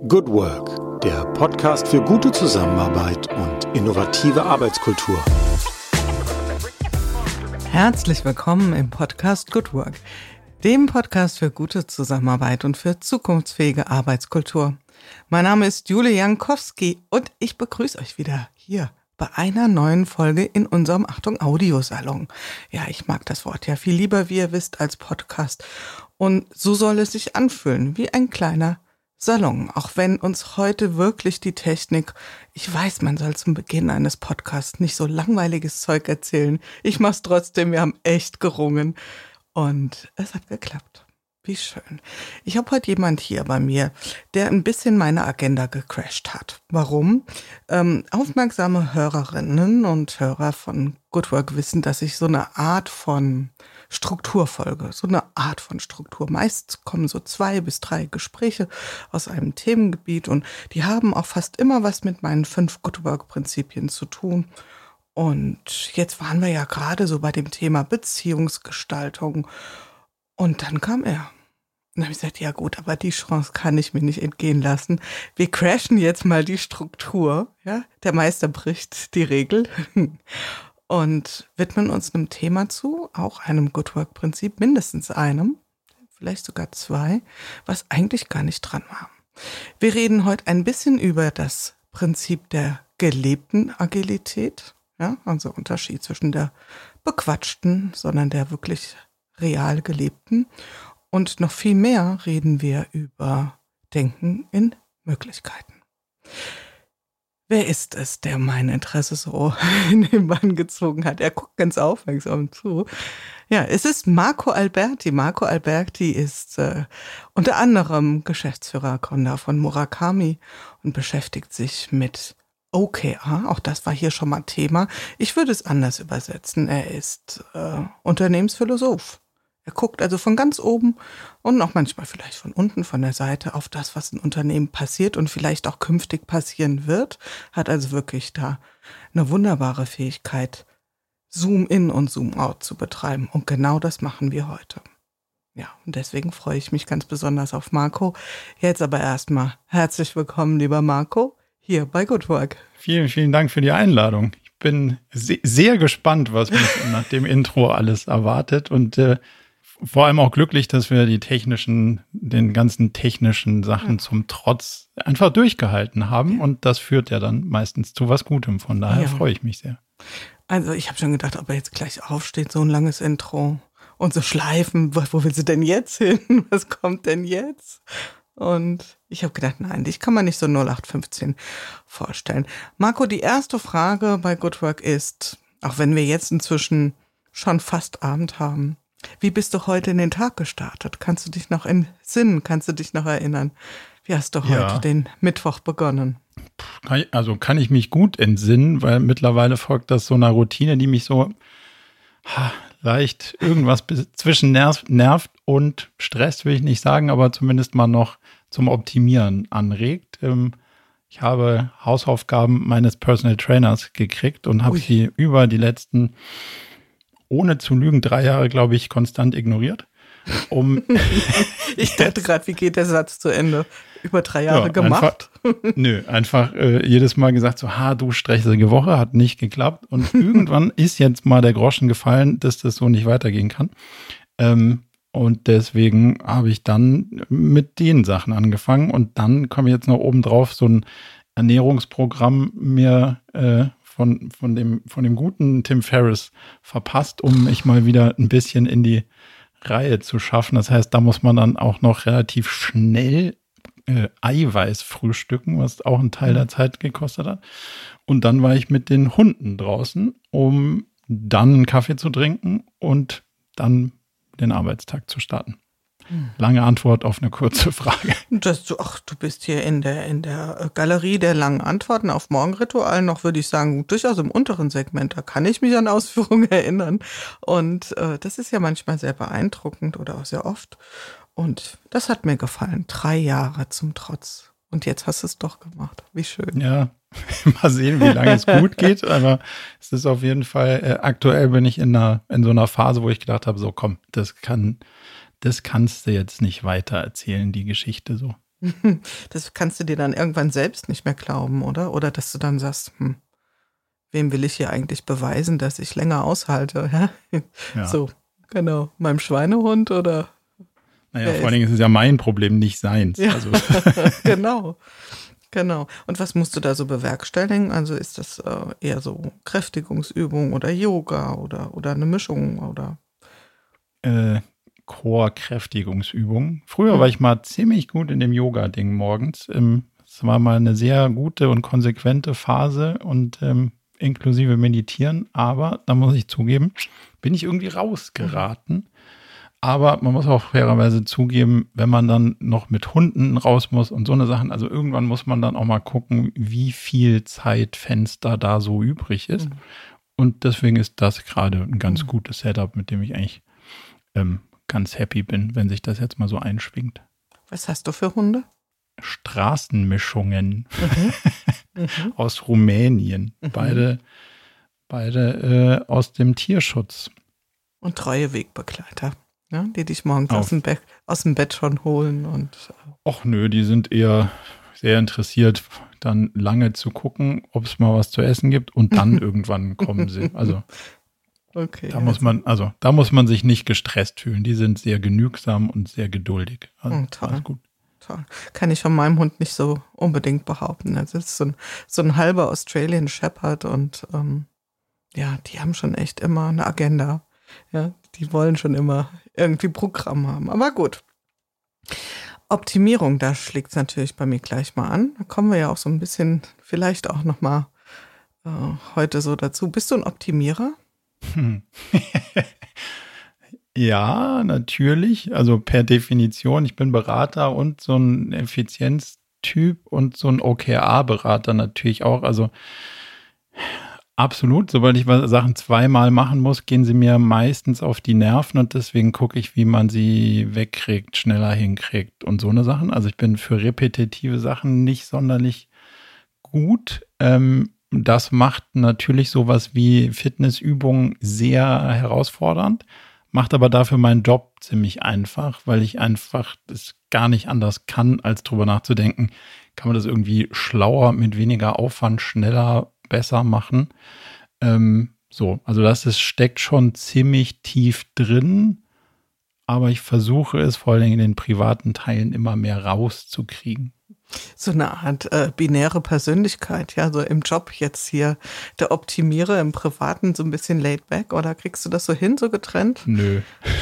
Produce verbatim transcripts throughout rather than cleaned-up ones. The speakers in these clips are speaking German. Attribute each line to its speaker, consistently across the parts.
Speaker 1: Good Work, der Podcast für gute Zusammenarbeit und innovative Arbeitskultur.
Speaker 2: Herzlich willkommen im Podcast Good Work, dem Podcast für gute Zusammenarbeit und für zukunftsfähige Arbeitskultur. Mein Name ist Julia Jankowski und ich begrüße euch wieder hier bei einer neuen Folge in unserem Achtung Audiosalon. Ja, ich mag das Wort ja viel lieber, wie ihr wisst, als Podcast. Und so soll es sich anfühlen, wie ein kleiner Salon. Auch wenn uns heute wirklich die Technik, ich weiß, man soll zum Beginn eines Podcasts nicht so langweiliges Zeug erzählen. Ich mach's trotzdem, wir haben echt gerungen. Und es hat geklappt. Wie schön. Ich habe heute jemand hier bei mir, der ein bisschen meine Agenda gecrasht hat. Warum? Ähm, aufmerksame Hörerinnen und Hörer von Good Work wissen, dass ich so eine Art von Struktur folge. So eine Art von Struktur. Meist kommen so zwei bis drei Gespräche aus einem Themengebiet und die haben auch fast immer was mit meinen fünf Good Work-Prinzipien zu tun. Und jetzt waren wir ja gerade so bei dem Thema Beziehungsgestaltung. Und dann kam er. Und dann habe ich gesagt, ja gut, aber die Chance kann ich mir nicht entgehen lassen. Wir crashen jetzt mal die Struktur. Ja? Der Meister bricht die Regel. Und widmen uns einem Thema zu, auch einem Good Work-Prinzip, mindestens einem, vielleicht sogar zwei, was eigentlich gar nicht dran war. Wir reden heute ein bisschen über das Prinzip der gelebten Agilität. Ja? Also Unterschied zwischen der bequatschten, sondern der wirklich real gelebten. Und noch viel mehr reden wir über Denken in Möglichkeiten. Wer ist es, der mein Interesse so in den Bann gezogen hat? Er guckt ganz aufmerksam zu. Ja, es ist Marco Alberti. Marco Alberti ist äh, unter anderem Geschäftsführer, Gründer von Murakami und beschäftigt sich mit O K R. Auch das war hier schon mal Thema. Ich würde es anders übersetzen. Er ist äh, Unternehmensphilosoph. Er guckt also von ganz oben und auch manchmal vielleicht von unten, von der Seite auf das, was in Unternehmen passiert und vielleicht auch künftig passieren wird. Hat also wirklich da eine wunderbare Fähigkeit, Zoom-in und Zoom-out zu betreiben. Und genau das machen wir heute. Ja, und deswegen freue ich mich ganz besonders auf Marco. Jetzt aber erstmal herzlich willkommen, lieber Marco, hier bei Good Work.
Speaker 3: Vielen, vielen Dank für die Einladung. Ich bin se- sehr gespannt, was mich nach dem Intro alles erwartet und äh, vor allem auch glücklich, dass wir die technischen, den ganzen technischen Sachen ja. zum Trotz einfach durchgehalten haben. Und das führt ja dann meistens zu was Gutem. Von daher ja. freue ich mich sehr.
Speaker 2: Also ich habe schon gedacht, ob er jetzt gleich aufsteht, so ein langes Intro und so schleifen. Wo, wo will sie denn jetzt hin? Was kommt denn jetzt? Und ich habe gedacht, nein, dich kann man nicht so null acht fünfzehn vorstellen. Marco, die erste Frage bei Good Work ist, auch wenn wir jetzt inzwischen schon fast Abend haben, wie bist du heute in den Tag gestartet? Kannst du dich noch entsinnen? Kannst du dich noch erinnern? Wie hast du heute
Speaker 3: ja.
Speaker 2: den Mittwoch begonnen?
Speaker 3: Also kann ich mich gut entsinnen, weil mittlerweile folgt das so einer Routine, die mich so ha, leicht irgendwas zwischen nervt, nervt und stresst, will ich nicht sagen, aber zumindest mal noch zum Optimieren anregt. Ich habe Hausaufgaben meines Personal Trainers gekriegt und habe sie über die letzten ohne zu lügen, drei Jahre, glaube ich, konstant ignoriert. Um
Speaker 2: ich dachte gerade, wie geht der Satz zu Ende? Über drei Jahre ja, gemacht?
Speaker 3: Einfach, nö, einfach äh, jedes Mal gesagt so, ha, du stressige Woche, hat nicht geklappt. Und irgendwann ist jetzt mal der Groschen gefallen, dass das so nicht weitergehen kann. Ähm, und deswegen habe ich dann mit den Sachen angefangen. Und dann komme ich jetzt noch oben drauf so ein Ernährungsprogramm mir äh, Von, von, dem, von dem guten Tim Ferriss verpasst, um mich mal wieder ein bisschen in die Reihe zu schaffen. Das heißt, da muss man dann auch noch relativ schnell äh, Eiweiß frühstücken, was auch einen Teil der Zeit gekostet hat. Und dann war ich mit den Hunden draußen, um dann einen Kaffee zu trinken und dann den Arbeitstag zu starten. Lange Antwort auf eine kurze Frage.
Speaker 2: Das, du, ach, du bist hier in der, in der Galerie der langen Antworten auf Morgenritualen noch, würde ich sagen, durchaus im unteren Segment. Da kann ich mich an Ausführungen erinnern. Und äh, das ist ja manchmal sehr beeindruckend oder auch sehr oft. Und das hat mir gefallen. Drei Jahre zum Trotz. Und jetzt hast du es doch gemacht. Wie schön.
Speaker 3: Ja, mal sehen, wie lange es gut geht. Aber es ist auf jeden Fall, äh, aktuell bin ich in, einer, in so einer Phase, wo ich gedacht habe, so komm, das kann... Das kannst du jetzt nicht weiter erzählen, die Geschichte so.
Speaker 2: Das kannst du dir dann irgendwann selbst nicht mehr glauben, oder? Oder dass du dann sagst, hm, wem will ich hier eigentlich beweisen, dass ich länger aushalte? Ja?
Speaker 3: Ja.
Speaker 2: So, genau. Meinem Schweinehund oder?
Speaker 3: Naja, vor allen Dingen ist es ja mein Problem, nicht seins.
Speaker 2: Ja,
Speaker 3: Also.
Speaker 2: genau. Genau. Und was musst du da so bewerkstelligen? Also ist das äh, eher so Kräftigungsübung oder Yoga oder, oder eine Mischung oder?
Speaker 3: Äh, Core-Kräftigungsübung. Früher war ich mal ziemlich gut in dem Yoga-Ding morgens. Ähm, Es war mal eine sehr gute und konsequente Phase und ähm, inklusive Meditieren. Aber, da muss ich zugeben, bin ich irgendwie rausgeraten. Aber man muss auch fairerweise zugeben, wenn man dann noch mit Hunden raus muss und so eine Sachen, also irgendwann muss man dann auch mal gucken, wie viel Zeitfenster da so übrig ist. Mhm. Und deswegen ist das gerade ein ganz mhm. gutes Setup, mit dem ich eigentlich ähm, ganz happy bin, wenn sich das jetzt mal so einschwingt.
Speaker 2: Was hast du für Hunde?
Speaker 3: Straßenmischungen mhm. mhm. aus Rumänien. Mhm. Beide, beide äh, aus dem Tierschutz.
Speaker 2: Und treue Wegbegleiter. Ja, die dich morgens aus dem, Bett, aus dem Bett schon holen. Und
Speaker 3: Och nö, die sind eher sehr interessiert, dann lange zu gucken, ob es mal was zu essen gibt und dann irgendwann kommen sie. Also okay, da muss man, also da muss man sich nicht gestresst fühlen. Die sind sehr genügsam und sehr geduldig. Also,
Speaker 2: oh, toll. Alles gut. Toll. Kann ich von meinem Hund nicht so unbedingt behaupten. Also es ist so ein, so ein halber Australian Shepherd und ähm, ja, die haben schon echt immer eine Agenda. Ja, die wollen schon immer irgendwie Programm haben. Aber gut. Optimierung, da schlägt es natürlich bei mir gleich mal an. Da kommen wir ja auch so ein bisschen, vielleicht auch noch mal äh, heute so dazu. Bist du ein Optimierer?
Speaker 3: Hm. Ja, natürlich. Also per Definition. Ich bin Berater und so ein Effizienztyp und so ein O K R-Berater natürlich auch. Also absolut. Sobald ich Sachen zweimal machen muss, gehen sie mir meistens auf die Nerven und deswegen gucke ich, wie man sie wegkriegt, schneller hinkriegt und so eine Sachen. Also ich bin für repetitive Sachen nicht sonderlich gut. Ähm, das macht natürlich sowas wie Fitnessübungen sehr herausfordernd, macht aber dafür meinen Job ziemlich einfach, weil ich einfach das gar nicht anders kann, als drüber nachzudenken, kann man das irgendwie schlauer, mit weniger Aufwand, schneller, besser machen. Ähm, so, also das ist, steckt schon ziemlich tief drin, aber ich versuche es vor allem in den privaten Teilen immer mehr rauszukriegen.
Speaker 2: So eine Art äh, binäre Persönlichkeit, ja, so im Job jetzt hier der Optimierer, im Privaten so ein bisschen laid back, oder kriegst du das so hin, so getrennt?
Speaker 3: Nö.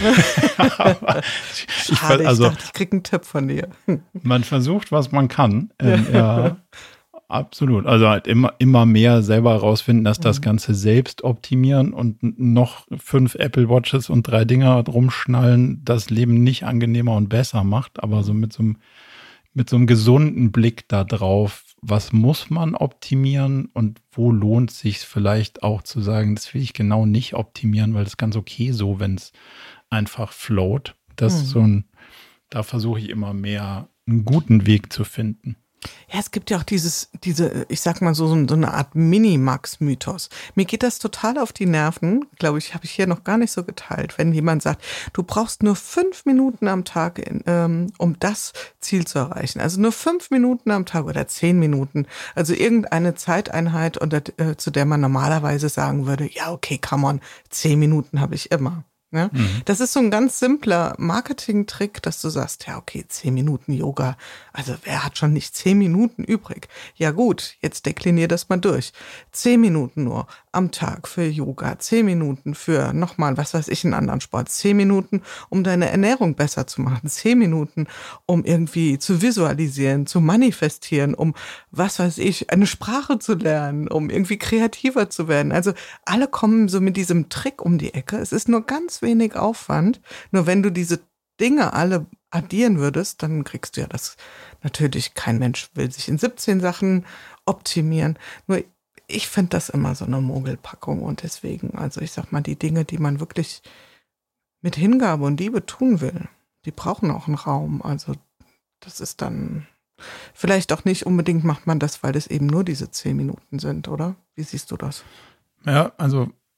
Speaker 2: ich, Schade, also, ich dachte, ich krieg einen Tipp von dir.
Speaker 3: Man versucht, was man kann. Ähm, ja, absolut. Also halt immer, immer mehr selber rausfinden, dass das Ganze selbst optimieren und noch fünf Apple Watches und drei Dinger rumschnallen, das Leben nicht angenehmer und besser macht, aber so mit so einem mit so einem gesunden Blick da drauf, was muss man optimieren und wo lohnt es sich vielleicht auch zu sagen, das will ich genau nicht optimieren, weil das ist ganz okay so, wenn es einfach float. Das ist so ein, da versuche ich immer mehr einen guten Weg zu finden.
Speaker 2: Ja, es gibt ja auch dieses, diese, ich sag mal so, so eine Art Minimax-Mythos. Mir geht das total auf die Nerven, glaube ich, habe ich hier noch gar nicht so geteilt. Wenn jemand sagt, du brauchst nur fünf Minuten am Tag, in, ähm, um das Ziel zu erreichen. Also nur fünf Minuten am Tag oder zehn Minuten. Also irgendeine Zeiteinheit, unter, äh, zu der man normalerweise sagen würde, ja, okay, come on, zehn Minuten habe ich immer. Ja? Mhm. Das ist so ein ganz simpler Marketing-Trick, dass du sagst, ja okay, zehn Minuten Yoga, also wer hat schon nicht zehn Minuten übrig? Ja gut, jetzt deklinier das mal durch. Zehn Minuten nur am Tag für Yoga, zehn Minuten für nochmal, was weiß ich, einen anderen Sport, zehn Minuten, um deine Ernährung besser zu machen, zehn Minuten, um irgendwie zu visualisieren, zu manifestieren, um, was weiß ich, eine Sprache zu lernen, um irgendwie kreativer zu werden. Also alle kommen so mit diesem Trick um die Ecke. Es ist nur ganz wenig Aufwand. Nur wenn du diese Dinge alle addieren würdest, dann kriegst du ja das natürlich, kein Mensch will sich in siebzehn Sachen optimieren. Nur ich finde das immer so eine Mogelpackung und deswegen, also ich sag mal, die Dinge, die man wirklich mit Hingabe und Liebe tun will, die brauchen auch einen Raum. Also das ist dann vielleicht auch nicht unbedingt macht man das, weil es eben nur diese zehn Minuten sind, oder? Wie siehst du das?
Speaker 3: Ja, also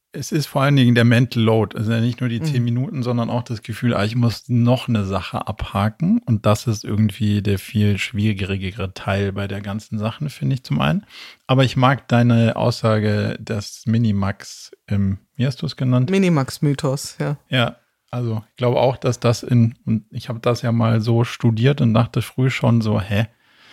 Speaker 3: es ist vor allen Dingen der Mental Load. Also nicht nur die zehn
Speaker 2: Mhm.
Speaker 3: Minuten, sondern auch das Gefühl, ah, ich muss noch eine Sache abhaken. Und das ist irgendwie der viel schwierigere Teil bei der ganzen Sache, finde ich zum einen. Aber ich mag deine Aussage, dass Minimax, ähm, wie hast du es genannt?
Speaker 2: Minimax-Mythos, ja.
Speaker 3: Ja, also ich glaube auch, dass das in, und ich habe das ja mal so studiert und dachte früh schon so, hä,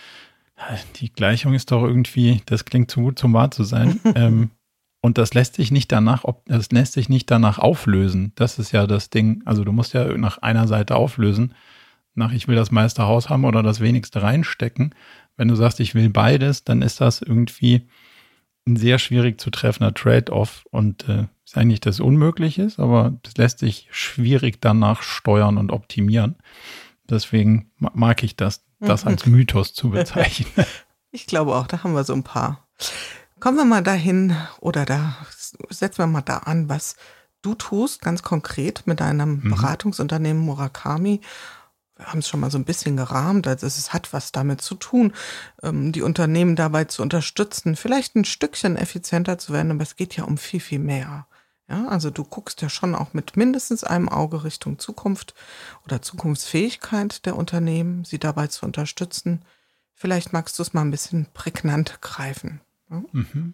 Speaker 3: die Gleichung ist doch irgendwie, das klingt zu gut, zum wahr zu sein. ähm, und das lässt sich nicht danach, ob, das lässt sich nicht danach auflösen. Das ist ja das Ding. Also du musst ja nach einer Seite auflösen, nach ich will das meiste Haus haben oder das wenigste reinstecken. Wenn du sagst, ich will beides, dann ist das irgendwie ein sehr schwierig zu treffender Trade-off und äh, ist eigentlich das Unmögliches, aber es lässt sich schwierig danach steuern und optimieren. Deswegen ma- mag ich das, das als Mythos zu bezeichnen.
Speaker 2: Ich glaube auch, da haben wir so ein paar. Kommen wir mal dahin oder da setzen wir mal da an, was du tust, ganz konkret mit deinem
Speaker 3: Mhm.
Speaker 2: Beratungsunternehmen Murakami. Wir haben es schon mal so ein bisschen gerahmt, also es hat was damit zu tun, ähm, die Unternehmen dabei zu unterstützen, vielleicht ein Stückchen effizienter zu werden, aber es geht ja um viel, viel mehr. Ja, also du guckst ja schon auch mit mindestens einem Auge Richtung Zukunft oder Zukunftsfähigkeit der Unternehmen, sie dabei zu unterstützen. Vielleicht magst du es mal ein bisschen prägnant greifen. Ja?
Speaker 3: Mhm.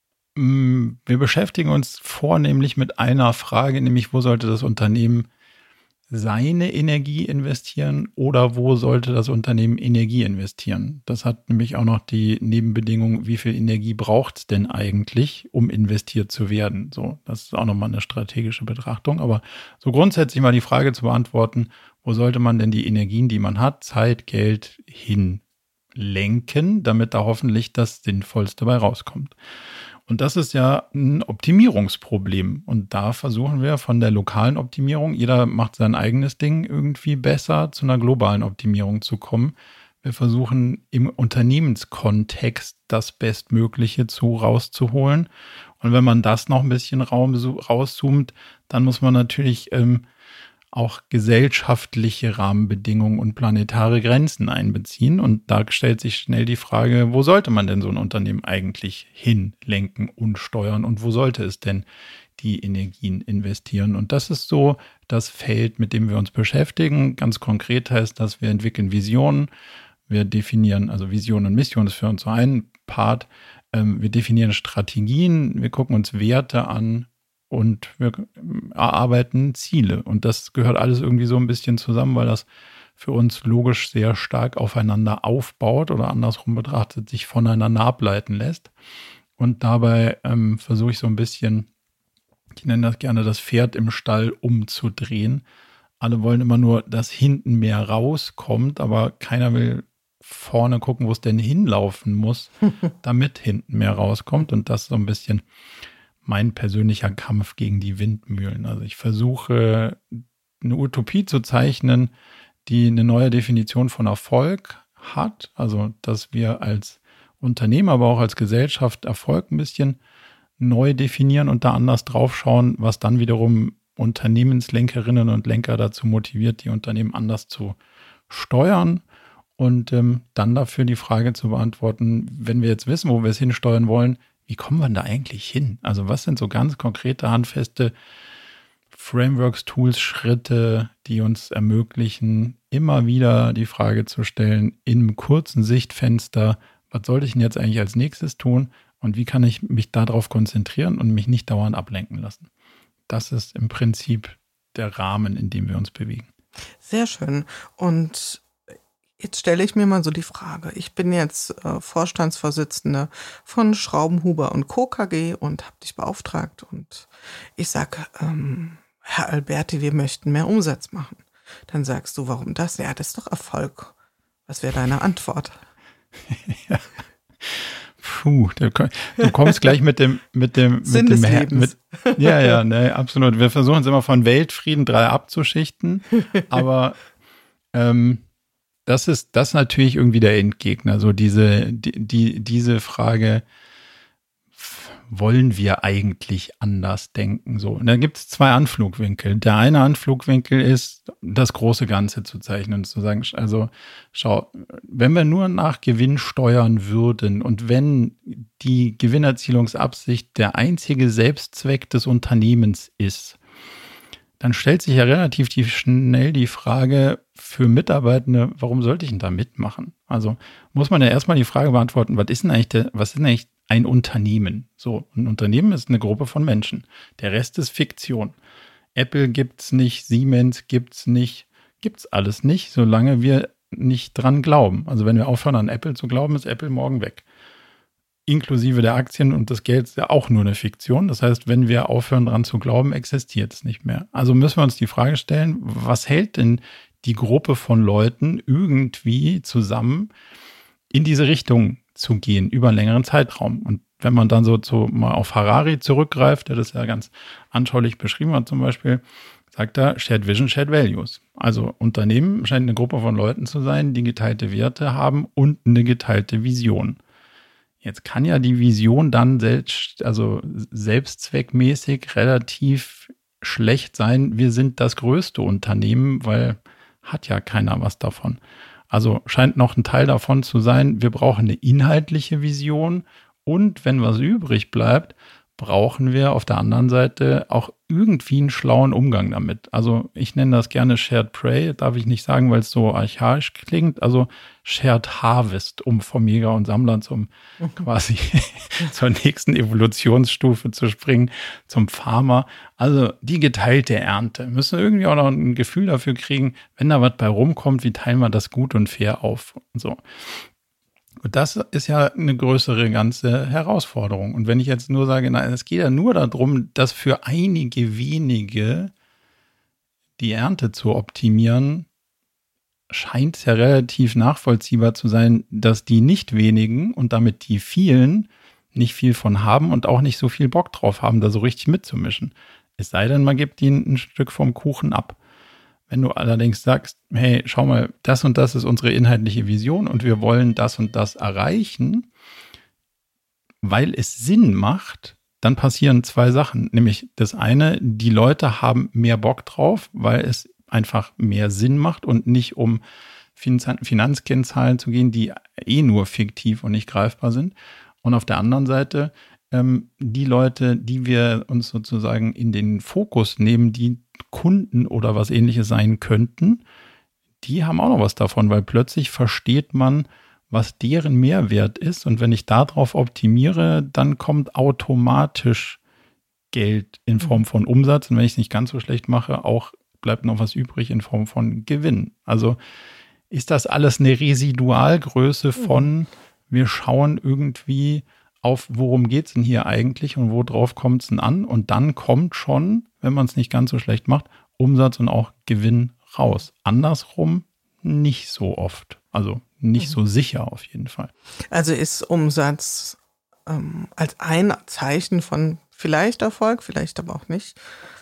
Speaker 3: Mm, Wir beschäftigen uns vornehmlich mit einer Frage, nämlich wo sollte das Unternehmen seine Energie investieren oder wo sollte das Unternehmen Energie investieren? Das hat nämlich auch noch die Nebenbedingung, wie viel Energie braucht es denn eigentlich, um investiert zu werden? So, das ist auch nochmal eine strategische Betrachtung. Aber so grundsätzlich mal die Frage zu beantworten, wo sollte man denn die Energien, die man hat, Zeit, Geld hinlenken, damit da hoffentlich das Sinnvollste bei rauskommt? Und das ist ja ein Optimierungsproblem. Und da versuchen wir von der lokalen Optimierung, jeder macht sein eigenes Ding irgendwie besser, zu einer globalen Optimierung zu kommen. Wir versuchen im Unternehmenskontext das Bestmögliche zu rauszuholen. Und wenn man das noch ein bisschen raum, rauszoomt, dann muss man natürlich ähm, auch gesellschaftliche Rahmenbedingungen und planetare Grenzen einbeziehen. Und da stellt sich schnell die Frage, wo sollte man denn so ein Unternehmen eigentlich hinlenken und steuern und wo sollte es denn die Energien investieren? Und das ist so das Feld, mit dem wir uns beschäftigen. Ganz konkret heißt das, wir entwickeln Visionen, wir definieren, also Vision und Mission ist für uns so ein Part. Wir definieren Strategien, wir gucken uns Werte an, und wir erarbeiten Ziele. Und das gehört alles irgendwie so ein bisschen zusammen, weil das für uns logisch sehr stark aufeinander aufbaut oder andersrum betrachtet sich voneinander ableiten lässt. Und dabei ähm, versuche ich so ein bisschen, ich nenne das gerne das Pferd im Stall umzudrehen. Alle wollen immer nur, dass hinten mehr rauskommt, aber keiner will vorne gucken, wo es denn hinlaufen muss, damit hinten mehr rauskommt. Und das ist so ein bisschen mein persönlicher Kampf gegen die Windmühlen. Also ich versuche, eine Utopie zu zeichnen, die eine neue Definition von Erfolg hat. Also, dass wir als Unternehmen, aber auch als Gesellschaft Erfolg ein bisschen neu definieren und da anders draufschauen, was dann wiederum Unternehmenslenkerinnen und Lenker dazu motiviert, die Unternehmen anders zu steuern und ähm, dann dafür die Frage zu beantworten, wenn wir jetzt wissen, wo wir es hinsteuern wollen, wie kommen wir da eigentlich hin? Also was sind so ganz konkrete, handfeste Frameworks, Tools, Schritte, die uns ermöglichen, immer wieder die Frage zu stellen, in einem kurzen Sichtfenster, was sollte ich denn jetzt eigentlich als nächstes tun und wie kann ich mich darauf konzentrieren und mich nicht dauernd ablenken lassen? Das ist im Prinzip der Rahmen, in dem wir uns bewegen.
Speaker 2: Sehr schön. Und jetzt stelle ich mir mal so die Frage. Ich bin jetzt äh, Vorstandsvorsitzende von Schraubenhuber und Co. K G und habe dich beauftragt. Und ich sage, ähm, Herr Alberti, wir möchten mehr Umsatz machen. Dann sagst du, warum das? Ja, das ist doch Erfolg. Was wäre deine Antwort?
Speaker 3: Ja. Puh, du kommst gleich mit dem mit dem
Speaker 2: Sinn
Speaker 3: mit dem
Speaker 2: des
Speaker 3: Her-
Speaker 2: Lebens.
Speaker 3: mit, ja ja ne absolut. Wir versuchen es immer von Weltfrieden drei abzuschichten, aber ähm, das ist das ist natürlich irgendwie der Endgegner. So diese die, die diese Frage, wollen wir eigentlich anders denken? So, und da gibt es zwei Anflugwinkel. Der eine Anflugwinkel ist, das große Ganze zu zeichnen und zu sagen, also schau, wenn wir nur nach Gewinn steuern würden und wenn die Gewinnerzielungsabsicht der einzige Selbstzweck des Unternehmens ist, dann stellt sich ja relativ die, schnell die Frage für Mitarbeitende, warum sollte ich denn da mitmachen? Also muss man ja erstmal die Frage beantworten, was ist denn eigentlich, der, was ist denn eigentlich ein Unternehmen? So, ein Unternehmen ist eine Gruppe von Menschen. Der Rest ist Fiktion. Apple gibt's nicht, Siemens gibt's nicht, gibt's alles nicht, solange wir nicht dran glauben. Also wenn wir aufhören, an Apple zu glauben, ist Apple morgen weg. Inklusive der Aktien und des Gelds, ja auch nur eine Fiktion. Das heißt, wenn wir aufhören, dran zu glauben, existiert es nicht mehr. Also müssen wir uns die Frage stellen, was hält denn die Gruppe von Leuten irgendwie zusammen, in diese Richtung zu gehen, über einen längeren Zeitraum? Und wenn man dann so, so mal auf Harari zurückgreift, der das ja ganz anschaulich beschrieben hat zum Beispiel, sagt er, Shared Vision, Shared Values. Also Unternehmen scheint eine Gruppe von Leuten zu sein, die geteilte Werte haben und eine geteilte Vision. Jetzt kann ja die Vision dann selbst, also selbstzweckmäßig relativ schlecht sein. Wir sind das größte Unternehmen, weil hat ja keiner was davon. Also scheint noch ein Teil davon zu sein, wir brauchen eine inhaltliche Vision und wenn was übrig bleibt, brauchen wir auf der anderen Seite auch irgendwie einen schlauen Umgang damit. Also ich nenne das gerne Shared Prey, darf ich nicht sagen, weil es so archaisch klingt. Also Shared Harvest, um vom Jäger und Sammler zum quasi zur nächsten Evolutionsstufe zu springen, zum Farmer. Also die geteilte Ernte. Wir müssen irgendwie auch noch ein Gefühl dafür kriegen, wenn da was bei rumkommt, wie teilen wir das gut und fair auf und so. Und das ist ja eine größere ganze Herausforderung. Und wenn ich jetzt nur sage, nein, es geht ja nur darum, dass für einige wenige die Ernte zu optimieren, scheint es ja relativ nachvollziehbar zu sein, dass die nicht wenigen und damit die vielen nicht viel von haben und auch nicht so viel Bock drauf haben, da so richtig mitzumischen. Es sei denn, man gibt ihnen ein Stück vom Kuchen ab. Wenn du allerdings sagst, hey, schau mal, das und das ist unsere inhaltliche Vision und wir wollen das und das erreichen, weil es Sinn macht, dann passieren zwei Sachen. Nämlich das eine, die Leute haben mehr Bock drauf, weil es einfach mehr Sinn macht und nicht um Finanzkennzahlen zu gehen, die eh nur fiktiv und nicht greifbar sind. Und auf der anderen Seite, ähm, die Leute, die wir uns sozusagen in den Fokus nehmen, die Kunden oder was Ähnliches sein könnten, die haben auch noch was davon, weil plötzlich versteht man, was deren Mehrwert ist. Und wenn ich darauf optimiere, dann kommt automatisch Geld in Form von Umsatz. Und wenn ich es nicht ganz so schlecht mache, auch bleibt noch was übrig in Form von Gewinn. Also ist das alles eine Residualgröße von, wir schauen irgendwie auf, worum geht es denn hier eigentlich und worauf kommt es denn an? Und dann kommt schon, wenn man es nicht ganz so schlecht macht, Umsatz und auch Gewinn raus. Andersrum nicht so oft. Also nicht so sicher auf jeden Fall.
Speaker 2: Also ist Umsatz ähm, als ein Zeichen von vielleicht Erfolg, vielleicht aber auch nicht,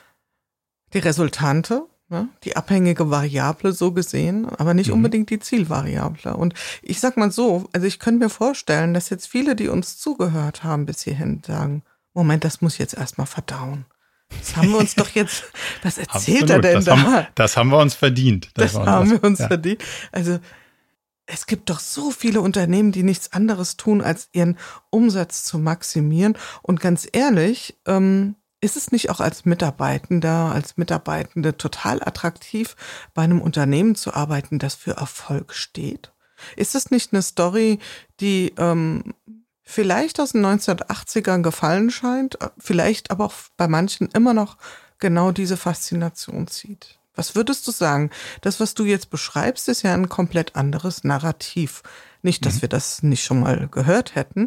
Speaker 2: die Resultante, ne? Die abhängige Variable so gesehen, aber nicht mhm. unbedingt die Zielvariable. Und ich sag mal so, also ich könnte mir vorstellen, dass jetzt viele, die uns zugehört haben bis hierhin, sagen, Moment, das muss ich jetzt erstmal verdauen. Das haben wir uns doch jetzt, was erzählt
Speaker 3: Absolut,
Speaker 2: er denn
Speaker 3: das
Speaker 2: da?
Speaker 3: Haben, das haben wir uns verdient.
Speaker 2: Das, das haben wir uns
Speaker 3: ja.
Speaker 2: verdient. Also es gibt doch so viele Unternehmen, die nichts anderes tun, als ihren Umsatz zu maximieren. Und ganz ehrlich, ähm, ist es nicht auch als Mitarbeitender, als Mitarbeitende total attraktiv, bei einem Unternehmen zu arbeiten, das für Erfolg steht? Ist es nicht eine Story, die ähm, vielleicht aus den neunzehnhundertachtzigern gefallen scheint, vielleicht aber auch bei manchen immer noch genau diese Faszination zieht? Was würdest du sagen? Das, was du jetzt beschreibst, ist ja ein komplett anderes Narrativ. Nicht, dass mhm. wir das nicht schon mal gehört hätten.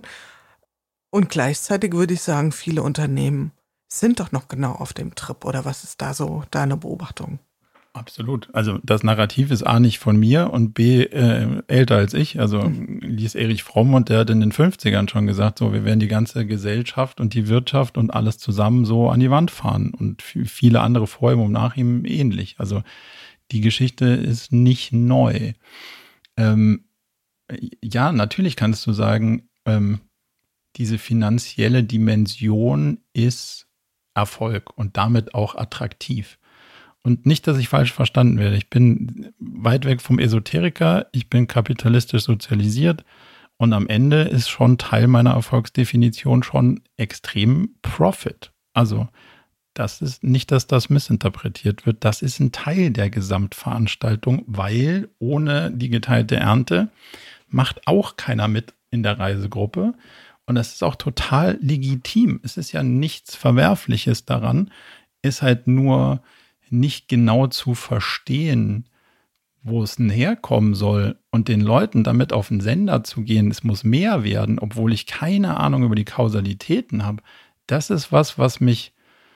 Speaker 2: Und gleichzeitig würde ich sagen, viele Unternehmen sind doch noch genau auf dem Trip. Oder was ist da so deine Beobachtung?
Speaker 3: Absolut. Also das Narrativ ist A nicht von mir und B äh, älter als ich. Also mhm. liest Erich Fromm und der hat in den fünfzigern schon gesagt, so wir werden die ganze Gesellschaft und die Wirtschaft und alles zusammen so an die Wand fahren. Und viele andere vor ihm und nach ihm ähnlich. Also die Geschichte ist nicht neu. Ähm, ja, natürlich kannst du sagen, ähm, diese finanzielle Dimension ist Erfolg und damit auch attraktiv. Und nicht, dass ich falsch verstanden werde. Ich bin weit weg vom Esoteriker, ich bin kapitalistisch sozialisiert und am Ende ist schon Teil meiner Erfolgsdefinition schon extrem Profit. Also das ist nicht, dass das missinterpretiert wird, das ist ein Teil der Gesamtveranstaltung, weil ohne die geteilte Ernte macht auch keiner mit in der Reisegruppe. Und das ist auch total legitim. Es ist ja nichts Verwerfliches daran, ist halt nur nicht genau zu verstehen, wo es denn herkommen soll und den Leuten damit auf den Sender zu gehen, es muss mehr werden, obwohl ich keine Ahnung über die Kausalitäten habe. Das ist was, was mich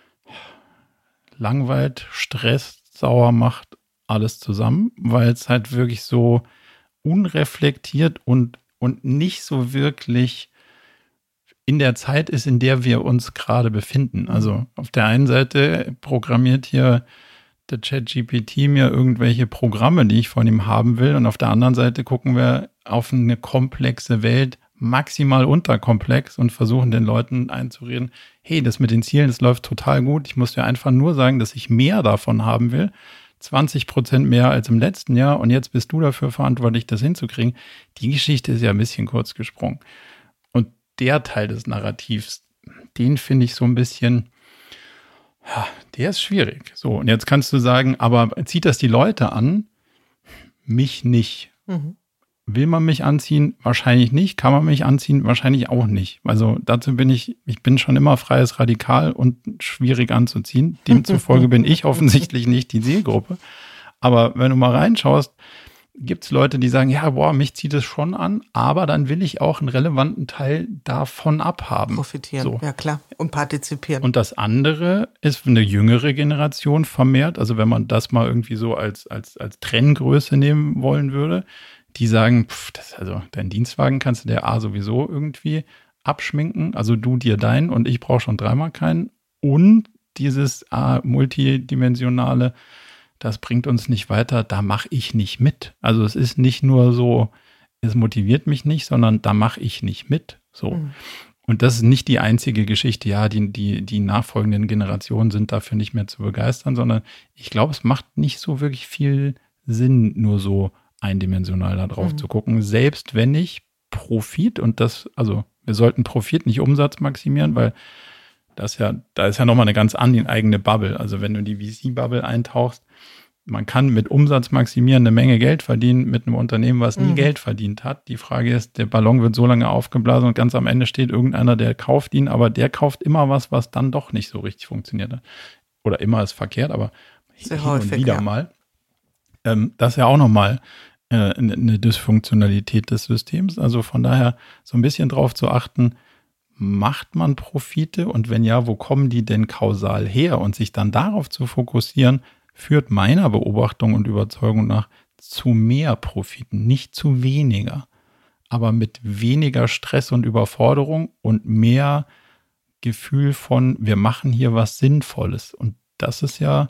Speaker 3: langweilt, stresst, sauer macht, alles zusammen, weil es halt wirklich so unreflektiert und, und nicht so wirklich in der Zeit ist, in der wir uns gerade befinden. Also auf der einen Seite programmiert hier der ChatGPT mir irgendwelche Programme, die ich von ihm haben will, und auf der anderen Seite gucken wir auf eine komplexe Welt, maximal unterkomplex, und versuchen den Leuten einzureden, hey, das mit den Zielen, das läuft total gut, ich muss dir einfach nur sagen, dass ich mehr davon haben will, zwanzig Prozent mehr als im letzten Jahr, und jetzt bist du dafür verantwortlich, das hinzukriegen. Die Geschichte ist ja ein bisschen kurz gesprungen. Und der Teil des Narrativs, den finde ich so ein bisschen, ja, der ist schwierig. So, und jetzt kannst du sagen, aber zieht das die Leute an? Mich nicht. Mhm. Will man mich anziehen? Wahrscheinlich nicht. Kann man mich anziehen? Wahrscheinlich auch nicht. Also dazu bin ich, ich bin schon immer freies Radikal und schwierig anzuziehen. Demzufolge bin ich offensichtlich nicht die Zielgruppe. Aber wenn du mal reinschaust, gibt es Leute, die sagen, ja, boah, mich zieht es schon an, aber dann will ich auch einen relevanten Teil davon abhaben.
Speaker 2: Profitieren,
Speaker 3: so.
Speaker 2: Ja klar, und partizipieren.
Speaker 3: Und das andere ist eine jüngere Generation vermehrt, also wenn man das mal irgendwie so als, als, als Trenngröße nehmen wollen würde, die sagen, pff, das, also deinen Dienstwagen kannst du der A sowieso irgendwie abschminken, also du dir deinen und ich brauche schon dreimal keinen, und dieses A multidimensionale, das bringt uns nicht weiter, da mache ich nicht mit. Also es ist nicht nur so, es motiviert mich nicht, sondern da mache ich nicht mit. So. Mhm. Und das ist nicht die einzige Geschichte, ja, die, die, die nachfolgenden Generationen sind dafür nicht mehr zu begeistern, sondern ich glaube, es macht nicht so wirklich viel Sinn, nur so eindimensional da drauf mhm. zu gucken. Selbst wenn ich Profit, und das, also wir sollten Profit, nicht Umsatz maximieren, weil das ja, da ist ja nochmal eine ganz eigene Bubble. Also wenn du in die V C-Bubble eintauchst, man kann mit Umsatz maximieren eine Menge Geld verdienen mit einem Unternehmen, was nie mhm. Geld verdient hat. Die Frage ist, der Ballon wird so lange aufgeblasen und ganz am Ende steht irgendeiner, der kauft ihn, aber der kauft immer was, was dann doch nicht so richtig funktioniert. Oder immer ist verkehrt, aber
Speaker 2: sehr
Speaker 3: hin
Speaker 2: häufig,
Speaker 3: und wieder
Speaker 2: ja.
Speaker 3: mal. Ähm, das ist ja auch nochmal äh, eine Dysfunktionalität des Systems. Also von daher so ein bisschen drauf zu achten, macht man Profite, und wenn ja, wo kommen die denn kausal her? Und sich dann darauf zu fokussieren, führt meiner Beobachtung und Überzeugung nach zu mehr Profiten, nicht zu weniger, aber mit weniger Stress und Überforderung und mehr Gefühl von, wir machen hier was Sinnvolles. Und das ist ja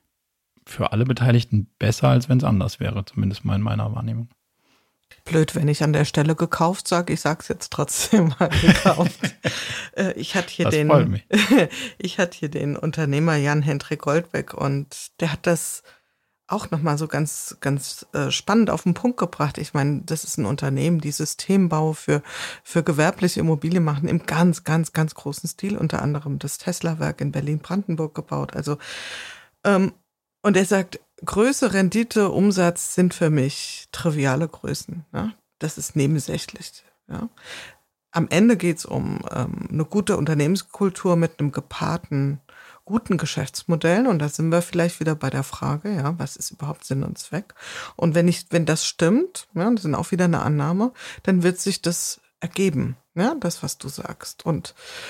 Speaker 3: für alle Beteiligten besser, als wenn es anders wäre, zumindest mal in meiner Wahrnehmung.
Speaker 2: Blöd, wenn ich an der Stelle gekauft sage, ich sag's jetzt trotzdem mal gekauft. ich hatte hier
Speaker 3: das
Speaker 2: den,
Speaker 3: freut mich.
Speaker 2: ich hatte hier den Unternehmer Jan-Hendrik Goldbeck, und der hat das auch nochmal so ganz, ganz äh, spannend auf den Punkt gebracht. Ich meine, das ist ein Unternehmen, die Systembau für, für gewerbliche Immobilien machen im ganz, ganz, ganz großen Stil, unter anderem das Tesla-Werk in Berlin-Brandenburg gebaut. Also, ähm, und er sagt, Größe, Rendite, Umsatz sind für mich triviale Größen. Ja? Das ist nebensächlich. Ja? Am Ende geht es um ähm, eine gute Unternehmenskultur mit einem gepaarten, guten Geschäftsmodell. Und da sind wir vielleicht wieder bei der Frage, ja, was ist überhaupt Sinn und Zweck? Und wenn ich, wenn das stimmt, ja, das ist auch wieder eine Annahme, dann wird sich das ergeben, ja, das, was du sagst. Und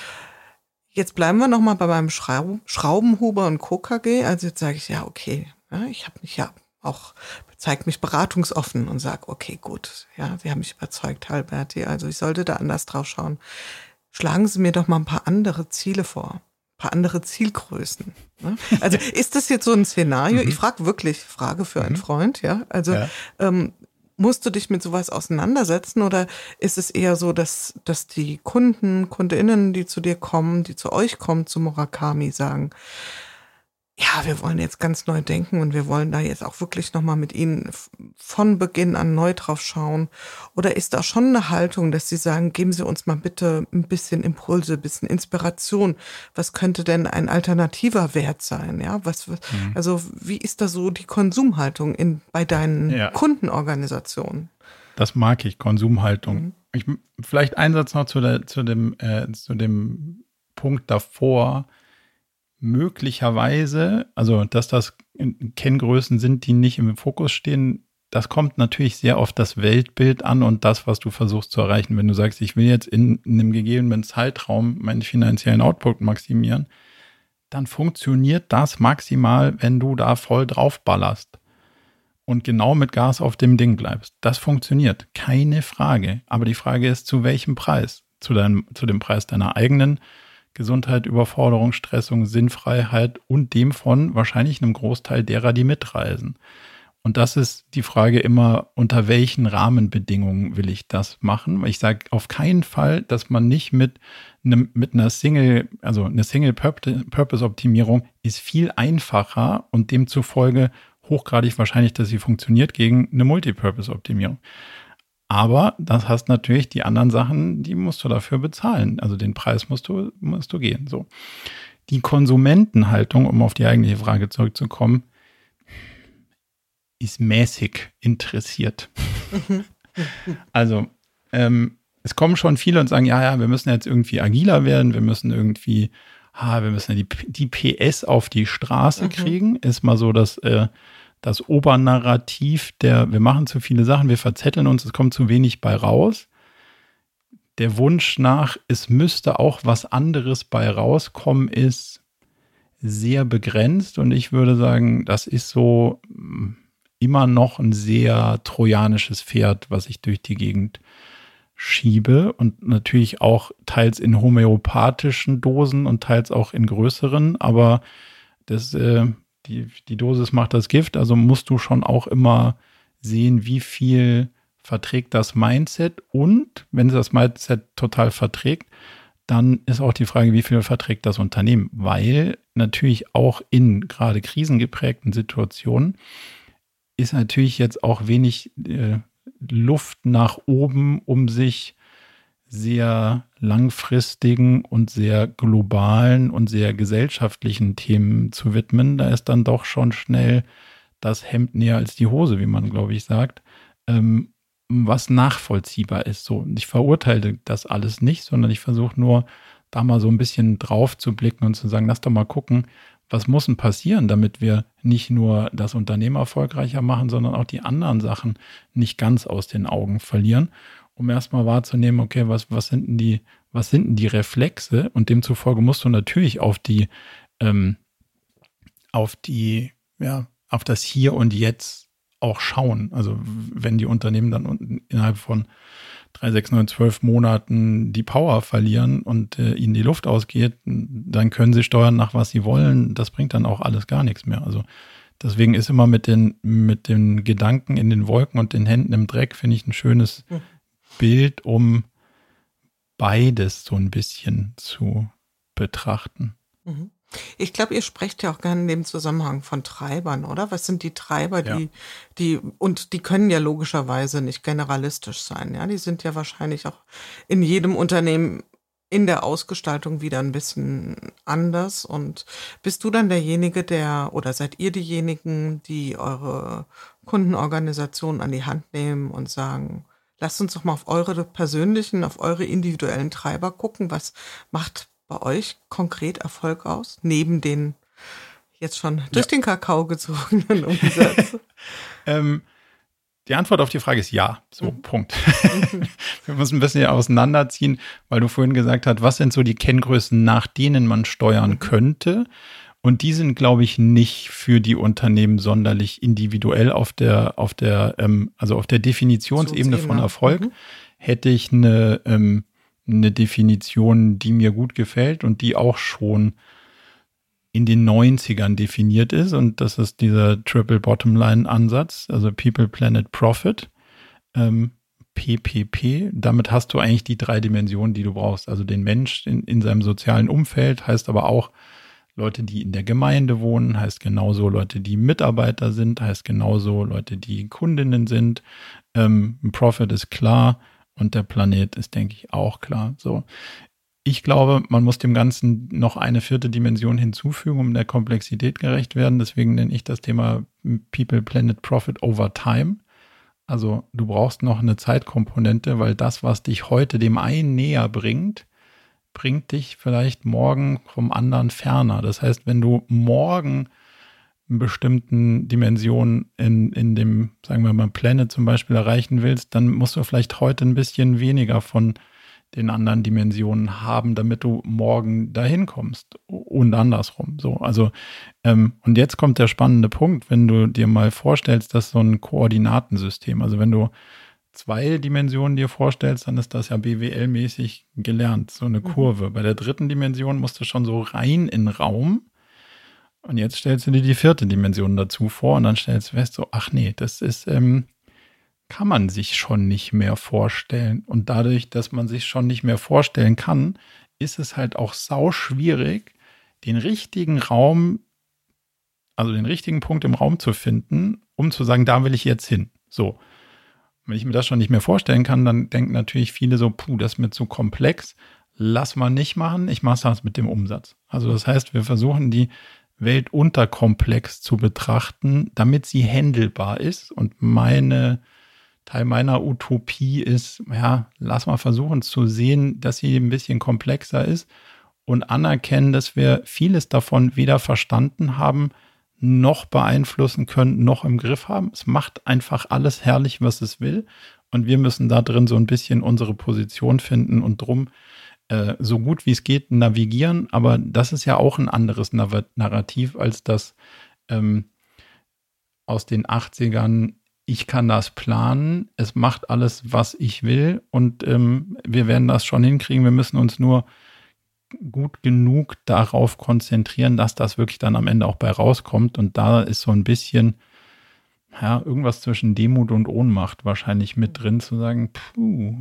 Speaker 2: jetzt bleiben wir nochmal bei meinem Schraub- Schraubenhuber und Co. K G. Also jetzt sage ich, ja, okay, ja, ich habe mich ja auch, zeige mich beratungsoffen und sage, okay, gut, ja, Sie haben mich überzeugt, Alberti, also ich sollte da anders drauf schauen. Schlagen Sie mir doch mal ein paar andere Ziele vor, ein paar andere Zielgrößen. Ne? Also ist das jetzt so ein Szenario?
Speaker 3: Mhm.
Speaker 2: Ich frage wirklich, Frage für einen
Speaker 3: mhm.
Speaker 2: Freund, ja, also
Speaker 3: ja.
Speaker 2: Ähm, musst du dich mit sowas auseinandersetzen oder ist es eher so, dass, dass die Kunden, KundInnen, die zu dir kommen, die zu euch kommen, zu Murakami sagen, ja, wir wollen jetzt ganz neu denken und wir wollen da jetzt auch wirklich nochmal mit Ihnen von Beginn an neu drauf schauen? Oder ist da schon eine Haltung, dass Sie sagen, geben Sie uns mal bitte ein bisschen Impulse, ein bisschen Inspiration? Was könnte denn ein alternativer Wert sein? Ja, was, mhm. also wie ist da so die Konsumhaltung in, bei deinen ja. Kundenorganisationen?
Speaker 3: Das mag ich, Konsumhaltung. Mhm. Ich, vielleicht ein Satz noch zu, der, zu, dem, äh, zu dem Punkt davor. Möglicherweise, also dass das Kenngrößen sind, die nicht im Fokus stehen, das kommt natürlich sehr auf das Weltbild an und das, was du versuchst zu erreichen. Wenn du sagst, ich will jetzt in, in einem gegebenen Zeitraum meinen finanziellen Output maximieren, dann funktioniert das maximal, wenn du da voll drauf ballerst und genau mit Gas auf dem Ding bleibst. Das funktioniert, keine Frage. Aber die Frage ist, zu welchem Preis? Zu, deinem, zu dem Preis deiner eigenen Gesundheit, Überforderung, Stressung, Sinnfreiheit und dem von wahrscheinlich einem Großteil derer, die mitreisen. Und das ist die Frage immer, unter welchen Rahmenbedingungen will ich das machen? Ich sage auf keinen Fall, dass man nicht mit einem, mit einer Single, also eine Single-Purpose-Optimierung ist viel einfacher und demzufolge hochgradig wahrscheinlich, dass sie funktioniert gegen eine Multipurpose-Optimierung. Aber das heißt natürlich, die anderen Sachen, die musst du dafür bezahlen. Also den Preis musst du, musst du gehen. So. Die Konsumentenhaltung, um auf die eigentliche Frage zurückzukommen, ist mäßig interessiert. Also ähm, es kommen schon viele und sagen, ja, ja, wir müssen jetzt irgendwie agiler werden, wir müssen irgendwie, ah, wir müssen die, die P S auf die Straße mhm. kriegen. Ist mal so, dass äh, das Obernarrativ der, wir machen zu viele Sachen, wir verzetteln uns, es kommt zu wenig bei raus. Der Wunsch nach, es müsste auch was anderes bei rauskommen, ist sehr begrenzt und ich würde sagen, das ist so immer noch ein sehr trojanisches Pferd, was ich durch die Gegend schiebe und natürlich auch teils in homöopathischen Dosen und teils auch in größeren, aber das äh, Die, die Dosis macht das Gift, also musst du schon auch immer sehen, wie viel verträgt das Mindset und wenn es das Mindset total verträgt, dann ist auch die Frage, wie viel verträgt das Unternehmen, weil natürlich auch in gerade krisengeprägten Situationen ist natürlich jetzt auch wenig äh, Luft nach oben, um sich sehr langfristigen und sehr globalen und sehr gesellschaftlichen Themen zu widmen. Da ist dann doch schon schnell das Hemd näher als die Hose, wie man, glaube ich, sagt, ähm, was nachvollziehbar ist. So, und ich verurteile das alles nicht, sondern ich versuche nur, da mal so ein bisschen drauf zu blicken und zu sagen, lass doch mal gucken, was muss denn passieren, damit wir nicht nur das Unternehmen erfolgreicher machen, sondern auch die anderen Sachen nicht ganz aus den Augen verlieren. Um erstmal wahrzunehmen, okay, was, was sind denn die, was sind denn die Reflexe? Und demzufolge musst du natürlich auf die, ähm, auf die, ja, auf das Hier und Jetzt auch schauen. Also wenn die Unternehmen dann innerhalb von drei, sechs, neun, zwölf Monaten die Power verlieren und äh, ihnen die Luft ausgeht, dann können sie steuern nach was sie wollen. Das bringt dann auch alles gar nichts mehr. Also deswegen ist immer mit den, mit den Gedanken in den Wolken und den Händen im Dreck, finde ich, ein schönes mhm. Bild, um beides so ein bisschen zu betrachten.
Speaker 2: Ich glaube, ihr sprecht ja auch gerne in dem Zusammenhang von Treibern, oder? Was sind die Treiber, die, ja. die, und die können ja logischerweise nicht generalistisch sein, ja? Die sind ja wahrscheinlich auch in jedem Unternehmen in der Ausgestaltung wieder ein bisschen anders. Und bist du dann derjenige, der, oder seid ihr diejenigen, die eure Kundenorganisation an die Hand nehmen und sagen, lasst uns doch mal auf eure persönlichen, auf eure individuellen Treiber gucken. Was macht bei euch konkret Erfolg aus? Neben den jetzt schon durch ja. den Kakao gezogenen Umsatz?
Speaker 3: ähm, die Antwort auf die Frage ist ja. So, mhm. Punkt. Wir müssen ein bisschen auseinanderziehen, weil du vorhin gesagt hast, was sind so die Kenngrößen, nach denen man steuern mhm. könnte? Und die sind, glaube ich, nicht für die Unternehmen sonderlich individuell auf der, auf der, ähm, also auf der Definitionsebene von Erfolg. Mhm. Hätte ich eine, ähm, eine Definition, die mir gut gefällt und die auch schon in den neunzigern definiert ist. Und das ist dieser Triple Bottom Line Ansatz, also People, Planet, Profit. ähm, P P P. Damit hast du eigentlich die drei Dimensionen, die du brauchst. Also den Mensch in, in seinem sozialen Umfeld, heißt aber auch Leute, die in der Gemeinde wohnen, heißt genauso Leute, die Mitarbeiter sind, heißt genauso Leute, die Kundinnen sind. Ähm, ein Profit ist klar und der Planet ist, denke ich, auch klar. So. Ich glaube, man muss dem Ganzen noch eine vierte Dimension hinzufügen, um der Komplexität gerecht werden. Deswegen nenne ich das Thema People, Planet, Profit over Time. Also du brauchst noch eine Zeitkomponente, weil das, was dich heute dem einen näher bringt, bringt dich vielleicht morgen vom anderen ferner. Das heißt, wenn du morgen in bestimmten Dimensionen in, in dem, sagen wir mal, Planet zum Beispiel erreichen willst, dann musst du vielleicht heute ein bisschen weniger von den anderen Dimensionen haben, damit du morgen dahin kommst und andersrum. So, also ähm, und jetzt kommt der spannende Punkt, wenn du dir mal vorstellst, dass so ein Koordinatensystem, also wenn du zwei Dimensionen dir vorstellst, dann ist das ja B W L-mäßig gelernt, so eine Kurve. Mhm. Bei der dritten Dimension musst du schon so rein in den Raum und jetzt stellst du dir die vierte Dimension dazu vor und dann stellst du fest, so, ach nee, das ist ähm, kann man sich schon nicht mehr vorstellen. Und dadurch, dass man sich schon nicht mehr vorstellen kann, ist es halt auch sau schwierig, den richtigen Raum, also den richtigen Punkt im Raum zu finden, um zu sagen, da will ich jetzt hin. So. Wenn ich mir das schon nicht mehr vorstellen kann, dann denken natürlich viele so, puh, das ist mir zu komplex, lass mal nicht machen, ich mache das mit dem Umsatz. Also das heißt, wir versuchen die Welt unterkomplex zu betrachten, damit sie handelbar ist. Und meine Teil meiner Utopie ist, ja, lass mal versuchen zu sehen, dass sie ein bisschen komplexer ist und anerkennen, dass wir vieles davon weder verstanden haben, noch beeinflussen können, noch im Griff haben. Es macht einfach alles herrlich, was es will. Und wir müssen da drin so ein bisschen unsere Position finden und drum äh, so gut wie es geht navigieren. Aber das ist ja auch ein anderes Narrativ als das ähm, aus den achtzigern. Ich kann das planen, es macht alles, was ich will und ähm, wir werden das schon hinkriegen. Wir müssen uns nur gut genug darauf konzentrieren, dass das wirklich dann am Ende auch bei rauskommt. Und da ist so ein bisschen, ja, irgendwas zwischen Demut und Ohnmacht wahrscheinlich mit drin, zu sagen, puh,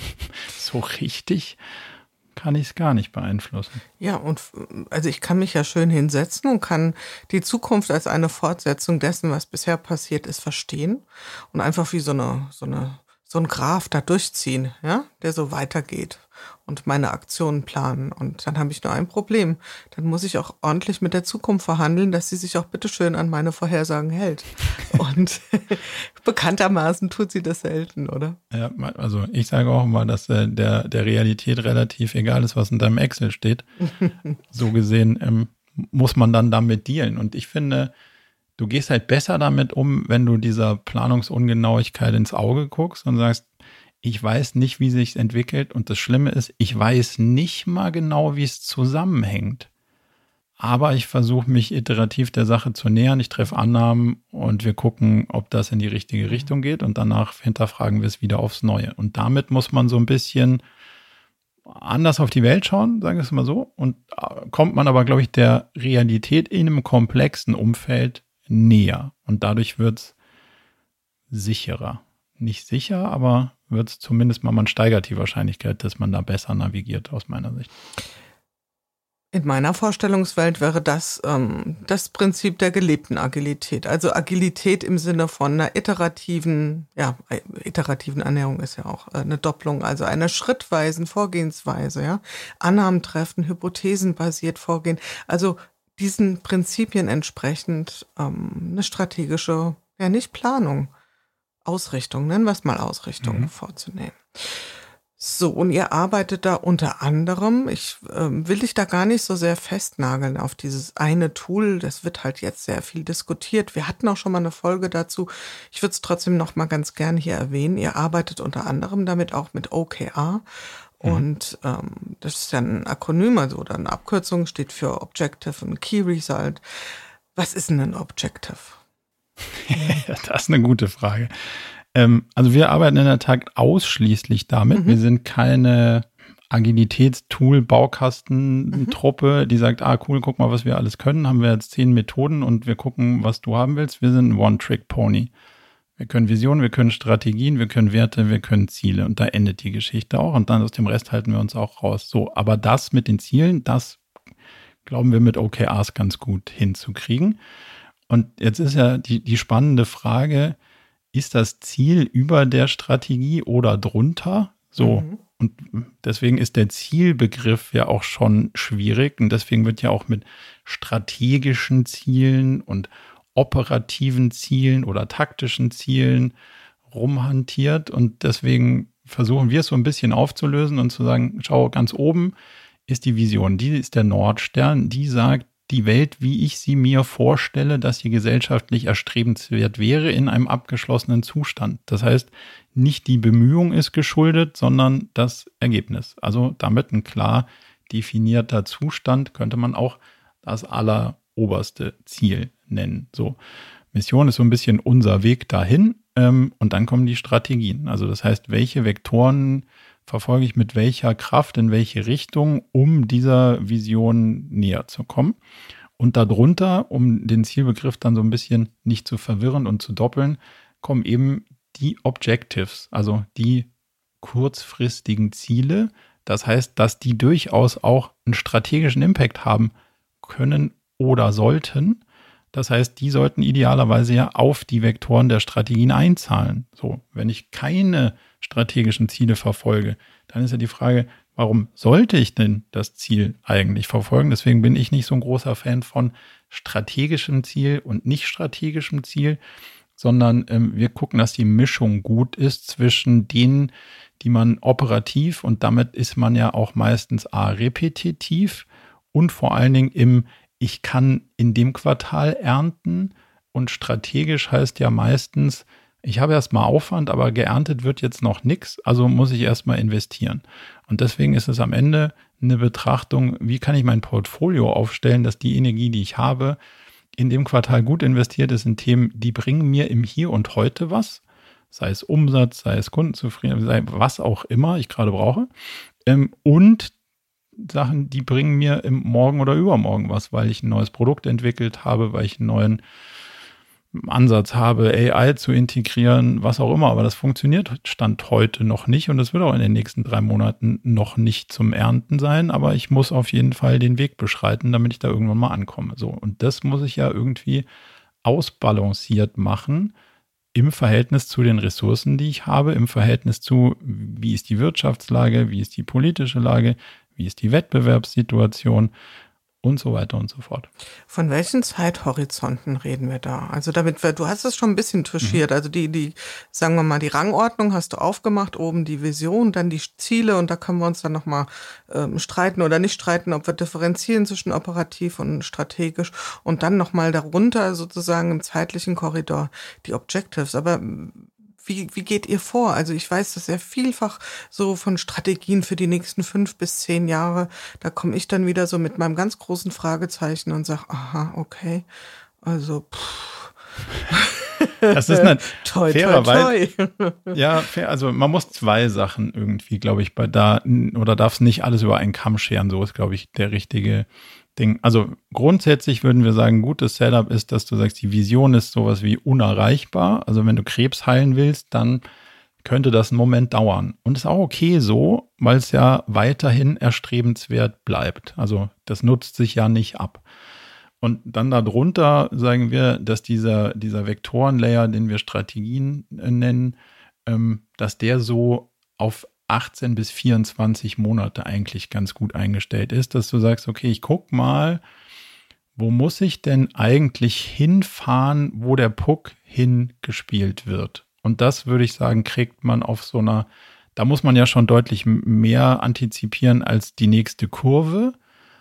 Speaker 3: so richtig kann ich es gar nicht beeinflussen.
Speaker 2: Ja, und also ich kann mich ja schön hinsetzen und kann die Zukunft als eine Fortsetzung dessen, was bisher passiert ist, verstehen und einfach wie so eine, so eine, so ein Graph da durchziehen, ja, der so weitergeht und meine Aktionen planen. Und dann habe ich nur ein Problem. Dann muss ich auch ordentlich mit der Zukunft verhandeln, dass sie sich auch bitteschön an meine Vorhersagen hält. Und bekanntermaßen tut sie das selten, oder?
Speaker 3: Ja, also ich sage auch immer, dass äh, der, der Realität relativ egal ist, was in deinem Excel steht. So gesehen ähm, muss man dann damit dealen. Und ich finde, du gehst halt besser damit um, wenn du dieser Planungsungenauigkeit ins Auge guckst und sagst, ich weiß nicht, wie sich es entwickelt und das Schlimme ist, ich weiß nicht mal genau, wie es zusammenhängt. Aber ich versuche mich iterativ der Sache zu nähern, ich treffe Annahmen und wir gucken, ob das in die richtige Richtung geht und danach hinterfragen wir es wieder aufs Neue. Und damit muss man so ein bisschen anders auf die Welt schauen, sagen wir es mal so, und kommt man aber, glaube ich, der Realität in einem komplexen Umfeld näher und dadurch wird es sicherer. Nicht sicher, aber wird es zumindest mal, man steigert die Wahrscheinlichkeit, dass man da besser navigiert, aus meiner Sicht.
Speaker 2: In meiner Vorstellungswelt wäre das ähm, das Prinzip der gelebten Agilität. Also Agilität im Sinne von einer iterativen, ja, iterativen Ernährung ist ja auch eine Doppelung, also einer schrittweisen Vorgehensweise, ja. Annahmen treffen, hypothesenbasiert vorgehen. Also diesen Prinzipien entsprechend ähm, eine strategische, ja nicht Planung, Ausrichtung, nennen wir es mal Ausrichtung mhm. vorzunehmen. So, und ihr arbeitet da unter anderem, ich äh, will dich da gar nicht so sehr festnageln auf dieses eine Tool, das wird halt jetzt sehr viel diskutiert. Wir hatten auch schon mal eine Folge dazu. Ich würde es trotzdem noch mal ganz gerne hier erwähnen. Ihr arbeitet unter anderem damit auch mit O K R. Und ähm, das ist ja ein Akronym, also oder eine Abkürzung, steht für Objective und Key Result. Was ist denn ein Objective?
Speaker 3: Das ist eine gute Frage. Ähm, also wir arbeiten in der Tat ausschließlich damit. Mhm. Wir sind keine Agilitätstool-Baukasten-Truppe, mhm. die sagt, ah cool, guck mal, was wir alles können. Haben wir jetzt zehn Methoden und wir gucken, was du haben willst. Wir sind ein One-Trick-Pony. Wir können Visionen, wir können Strategien, wir können Werte, wir können Ziele. Und da endet die Geschichte auch. Und dann aus dem Rest halten wir uns auch raus. So, aber das mit den Zielen, das glauben wir mit O K Rs ganz gut hinzukriegen. Und jetzt ist ja die, die spannende Frage, ist das Ziel über der Strategie oder drunter? So. Mhm. Und deswegen ist der Zielbegriff ja auch schon schwierig. Und deswegen wird ja auch mit strategischen Zielen und operativen Zielen oder taktischen Zielen rumhantiert. Und deswegen versuchen wir es so ein bisschen aufzulösen und zu sagen, schau, ganz oben ist die Vision. Die ist der Nordstern. Die sagt, die Welt, wie ich sie mir vorstelle, dass sie gesellschaftlich erstrebenswert wäre in einem abgeschlossenen Zustand. Das heißt, nicht die Bemühung ist geschuldet, sondern das Ergebnis. Also damit ein klar definierter Zustand könnte man auch das alleroberste Ziel nennen. So, Mission ist so ein bisschen unser Weg dahin, ähm, und dann kommen die Strategien. Also das heißt, welche Vektoren verfolge ich mit welcher Kraft, in welche Richtung, um dieser Vision näher zu kommen. Und darunter, um den Zielbegriff dann so ein bisschen nicht zu verwirren und zu doppeln, kommen eben die Objectives, also die kurzfristigen Ziele. Das heißt, dass die durchaus auch einen strategischen Impact haben können oder sollten. Das heißt, die sollten idealerweise ja auf die Vektoren der Strategien einzahlen. So, wenn ich keine strategischen Ziele verfolge, dann ist ja die Frage, warum sollte ich denn das Ziel eigentlich verfolgen? Deswegen bin ich nicht so ein großer Fan von strategischem Ziel und nicht strategischem Ziel, sondern ähm, wir gucken, dass die Mischung gut ist zwischen denen, die man operativ, und damit ist man ja auch meistens a repetitiv, und vor allen Dingen im ich kann in dem Quartal ernten, und strategisch heißt ja meistens, ich habe erstmal Aufwand, aber geerntet wird jetzt noch nichts, also muss ich erstmal investieren. Und deswegen ist es am Ende eine Betrachtung, wie kann ich mein Portfolio aufstellen, dass die Energie, die ich habe, in dem Quartal gut investiert ist in Themen, die bringen mir im Hier und Heute was, sei es Umsatz, sei es Kundenzufriedenheit, sei was auch immer ich gerade brauche, und Sachen, die bringen mir im Morgen oder übermorgen was, weil ich ein neues Produkt entwickelt habe, weil ich einen neuen Ansatz habe, A I zu integrieren, was auch immer. Aber das funktioniert Stand heute noch nicht, und das wird auch in den nächsten drei Monaten noch nicht zum Ernten sein. Aber ich muss auf jeden Fall den Weg beschreiten, damit ich da irgendwann mal ankomme. So, und das muss ich ja irgendwie ausbalanciert machen im Verhältnis zu den Ressourcen, die ich habe, im Verhältnis zu, wie ist die Wirtschaftslage, wie ist die politische Lage, wie ist die Wettbewerbssituation und so weiter und so fort.
Speaker 2: Von welchen Zeithorizonten reden wir da? Also damit wir, du hast es schon ein bisschen touchiert, mhm. also die, die, sagen wir mal, die Rangordnung hast du aufgemacht, oben die Vision, dann die Ziele, und da können wir uns dann nochmal ähm, streiten oder nicht streiten, ob wir differenzieren zwischen operativ und strategisch, und dann nochmal darunter sozusagen im zeitlichen Korridor die Objectives. Aber Wie, wie geht ihr vor? Also ich weiß das ja vielfach so von Strategien für die nächsten fünf bis zehn Jahre. Da komme ich dann wieder so mit meinem ganz großen Fragezeichen und sage, aha, okay, also pff.
Speaker 3: Das ist eine
Speaker 2: toi,
Speaker 3: fairerweise,
Speaker 2: toi, toi.
Speaker 3: Ja, fair, also man muss zwei Sachen irgendwie, glaube ich, bei da, oder darf es nicht alles über einen Kamm scheren, so ist, glaube ich, der richtige Ding. Also grundsätzlich würden wir sagen, gutes Setup ist, dass du sagst, die Vision ist sowas wie unerreichbar. Also wenn du Krebs heilen willst, dann könnte das einen Moment dauern. Und ist auch okay so, weil es ja weiterhin erstrebenswert bleibt. Also das nutzt sich ja nicht ab. Und dann darunter sagen wir, dass dieser, dieser Vektorenlayer, den wir Strategien nennen, ähm, dass der so auf achtzehn bis vierundzwanzig Monate eigentlich ganz gut eingestellt ist, dass du sagst, okay, ich guck mal, wo muss ich denn eigentlich hinfahren, wo der Puck hingespielt wird? Und das, würde ich sagen, kriegt man auf so einer, da muss man ja schon deutlich mehr antizipieren als die nächste Kurve,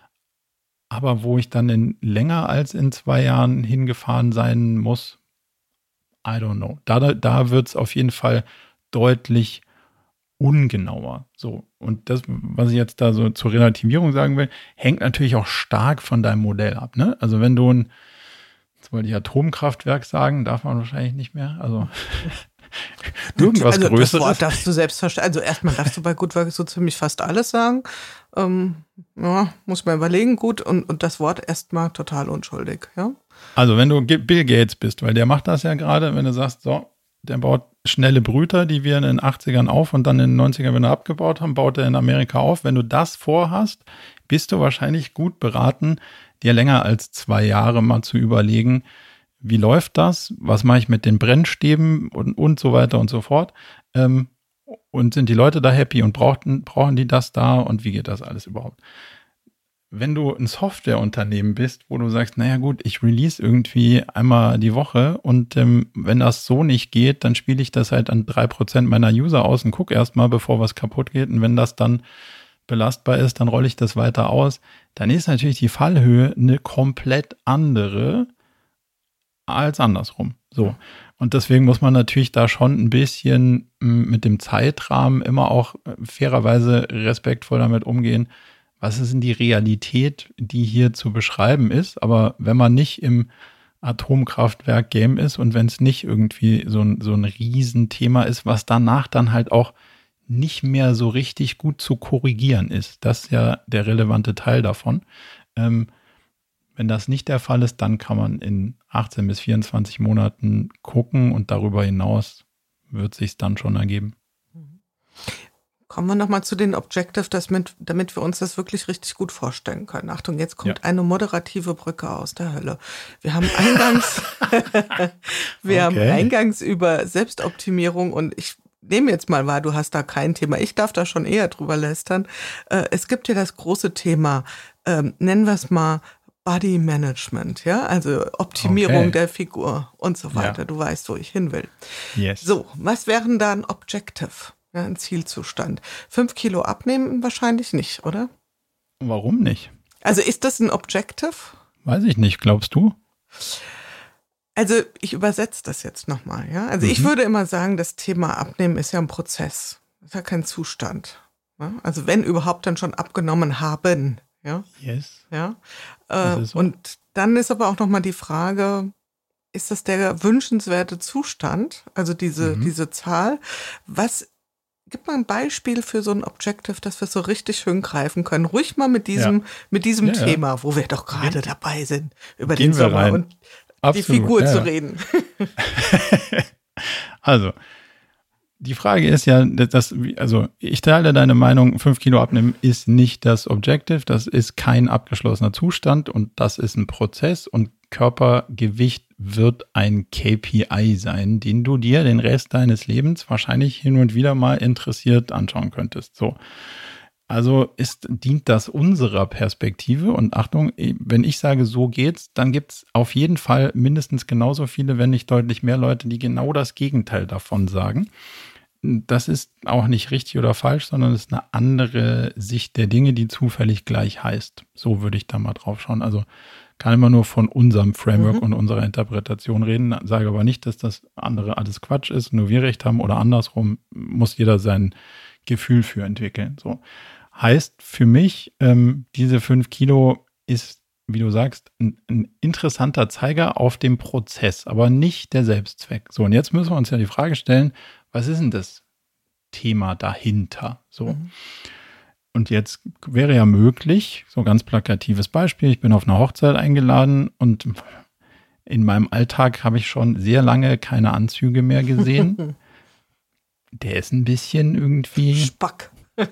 Speaker 3: aber wo ich dann in länger als in zwei Jahren hingefahren sein muss, I don't know. Da, da wird es auf jeden Fall deutlich ungenauer. So. Und das, was ich jetzt da so zur Relativierung sagen will, hängt natürlich auch stark von deinem Modell ab. Ne? Also wenn du ein, jetzt wollte ich Atomkraftwerk sagen, darf man wahrscheinlich nicht mehr. Also irgendwas
Speaker 2: also
Speaker 3: Größeres.
Speaker 2: Das Wort darfst du selbstverständlich, also erstmal darfst du bei Good Work so ziemlich fast alles sagen. Ähm, ja, muss man überlegen, gut. Und, und das Wort erstmal total unschuldig, ja.
Speaker 3: Also wenn du Bill Gates bist, weil der macht das ja gerade, wenn du sagst, so, der baut schnelle Brüter, die wir in den achtzigern auf und dann in den neunzigern wieder abgebaut haben, baut er in Amerika auf. Wenn du das vorhast, bist du wahrscheinlich gut beraten, dir länger als zwei Jahre mal zu überlegen, wie läuft das, was mache ich mit den Brennstäben und, und so weiter und so fort. Ähm, und sind die Leute da happy und brauchten, brauchen die das da und wie geht das alles überhaupt? Wenn du ein Softwareunternehmen bist, wo du sagst, naja gut, ich release irgendwie einmal die Woche und ähm, wenn das so nicht geht, dann spiele ich das halt an drei Prozent meiner User aus und gucke erstmal, bevor was kaputt geht. Und wenn das dann belastbar ist, dann rolle ich das weiter aus. Dann ist natürlich die Fallhöhe eine komplett andere als andersrum. So. Und deswegen muss man natürlich da schon ein bisschen mit dem Zeitrahmen immer auch fairerweise respektvoll damit umgehen, was ist denn die Realität, die hier zu beschreiben ist. Aber wenn man nicht im Atomkraftwerk-Game ist und wenn es nicht irgendwie so ein, so ein Riesenthema ist, was danach dann halt auch nicht mehr so richtig gut zu korrigieren ist. Das ist ja der relevante Teil davon. Ähm, wenn das nicht der Fall ist, dann kann man in achtzehn bis vierundzwanzig Monaten gucken und darüber hinaus wird sich dann schon ergeben.
Speaker 2: Kommen wir nochmal zu den Objective, das mit, damit wir uns das wirklich richtig gut vorstellen können. Achtung, jetzt kommt ja. eine moderative Brücke aus der Hölle. Wir haben eingangs, wir okay. haben eingangs über Selbstoptimierung und ich nehme jetzt mal wahr, du hast da kein Thema. Ich darf da schon eher drüber lästern. Äh, es gibt hier das große Thema, ähm, nennen wir es mal Body Management, ja, also Optimierung okay. der Figur und so weiter. Ja. Du weißt, wo ich hin will.
Speaker 3: Yes.
Speaker 2: So, was wären da ein Objective? Ja, ein Zielzustand. Fünf Kilo abnehmen wahrscheinlich nicht, oder?
Speaker 3: Warum nicht?
Speaker 2: Also ist das ein Objective?
Speaker 3: Weiß ich nicht, glaubst du?
Speaker 2: Also ich übersetze das jetzt nochmal, ja. Also
Speaker 3: mhm.
Speaker 2: ich würde immer sagen, das Thema Abnehmen ist ja ein Prozess. Das ist ja kein Zustand. Ja? Also wenn überhaupt, dann schon abgenommen haben, ja.
Speaker 3: Yes.
Speaker 2: Ja. Äh,
Speaker 3: so.
Speaker 2: Und dann ist aber auch nochmal die Frage, ist das der wünschenswerte Zustand? Also diese, mhm. diese Zahl. Was Gib mal ein Beispiel für so ein Objective, dass wir es so richtig schön greifen können. Ruhig mal mit diesem, ja. mit diesem ja, Thema, ja. wo wir doch gerade dabei sind, über
Speaker 3: Gehen
Speaker 2: den Sommer
Speaker 3: rein.
Speaker 2: und
Speaker 3: Absolut,
Speaker 2: die Figur
Speaker 3: ja.
Speaker 2: zu reden.
Speaker 3: Also, die Frage ist ja, dass, also ich teile deine Meinung, fünf Kilo abnehmen ist nicht das Objective, das ist kein abgeschlossener Zustand und das ist ein Prozess und Körpergewicht wird ein K P I sein, den du dir den Rest deines Lebens wahrscheinlich hin und wieder mal interessiert anschauen könntest. So. Also ist, dient das unserer Perspektive und Achtung, wenn ich sage, so geht's, dann gibt's auf jeden Fall mindestens genauso viele, wenn nicht deutlich mehr Leute, die genau das Gegenteil davon sagen. Das ist auch nicht richtig oder falsch, sondern es ist eine andere Sicht der Dinge, die zufällig gleich heißt. So würde ich da mal drauf schauen. Also kann immer nur von unserem Framework mhm. und unserer Interpretation reden, sage aber nicht, dass das andere alles Quatsch ist, nur wir recht haben oder andersrum, muss jeder sein Gefühl für entwickeln. So heißt für mich, ähm, diese fünf Kilo ist, wie du sagst, ein, ein interessanter Zeiger auf dem Prozess, aber nicht der Selbstzweck. So, und jetzt müssen wir uns ja die Frage stellen, was ist denn das Thema dahinter? So. Mhm. Und jetzt wäre ja möglich, so ganz plakatives Beispiel, ich bin auf eine Hochzeit eingeladen und in meinem Alltag habe ich schon sehr lange keine Anzüge mehr gesehen. Der ist ein bisschen irgendwie
Speaker 2: Spack.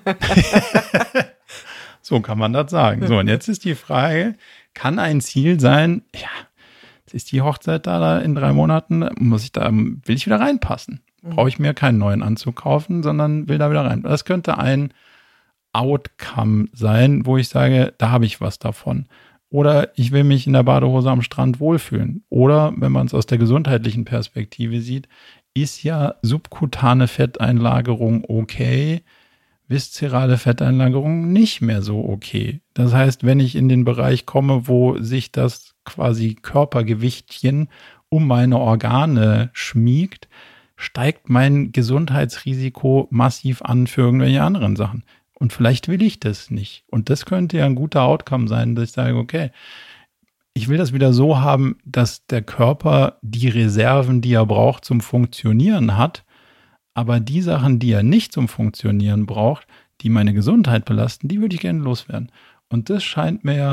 Speaker 3: So kann man das sagen. So, und jetzt ist die Frage, kann ein Ziel sein, ja, jetzt ist die Hochzeit da, da in drei Monaten, muss ich da, will ich wieder reinpassen? Brauche ich mir keinen neuen Anzug kaufen, sondern will da wieder rein. Das könnte ein Outcome sein, wo ich sage, da habe ich was davon. Oder ich will mich in der Badehose am Strand wohlfühlen. Oder, wenn man es aus der gesundheitlichen Perspektive sieht, ist ja subkutane Fetteinlagerung okay, viszerale Fetteinlagerung nicht mehr so okay. Das heißt, wenn ich in den Bereich komme, wo sich das quasi Körpergewichtchen um meine Organe schmiegt, steigt mein Gesundheitsrisiko massiv an für irgendwelche anderen Sachen. Und vielleicht will ich das nicht. Und das könnte ja ein guter Outcome sein, dass ich sage, okay, ich will das wieder so haben, dass der Körper die Reserven, die er braucht, zum Funktionieren hat. Aber die Sachen, die er nicht zum Funktionieren braucht, die meine Gesundheit belasten, die würde ich gerne loswerden. Und das scheint mir ja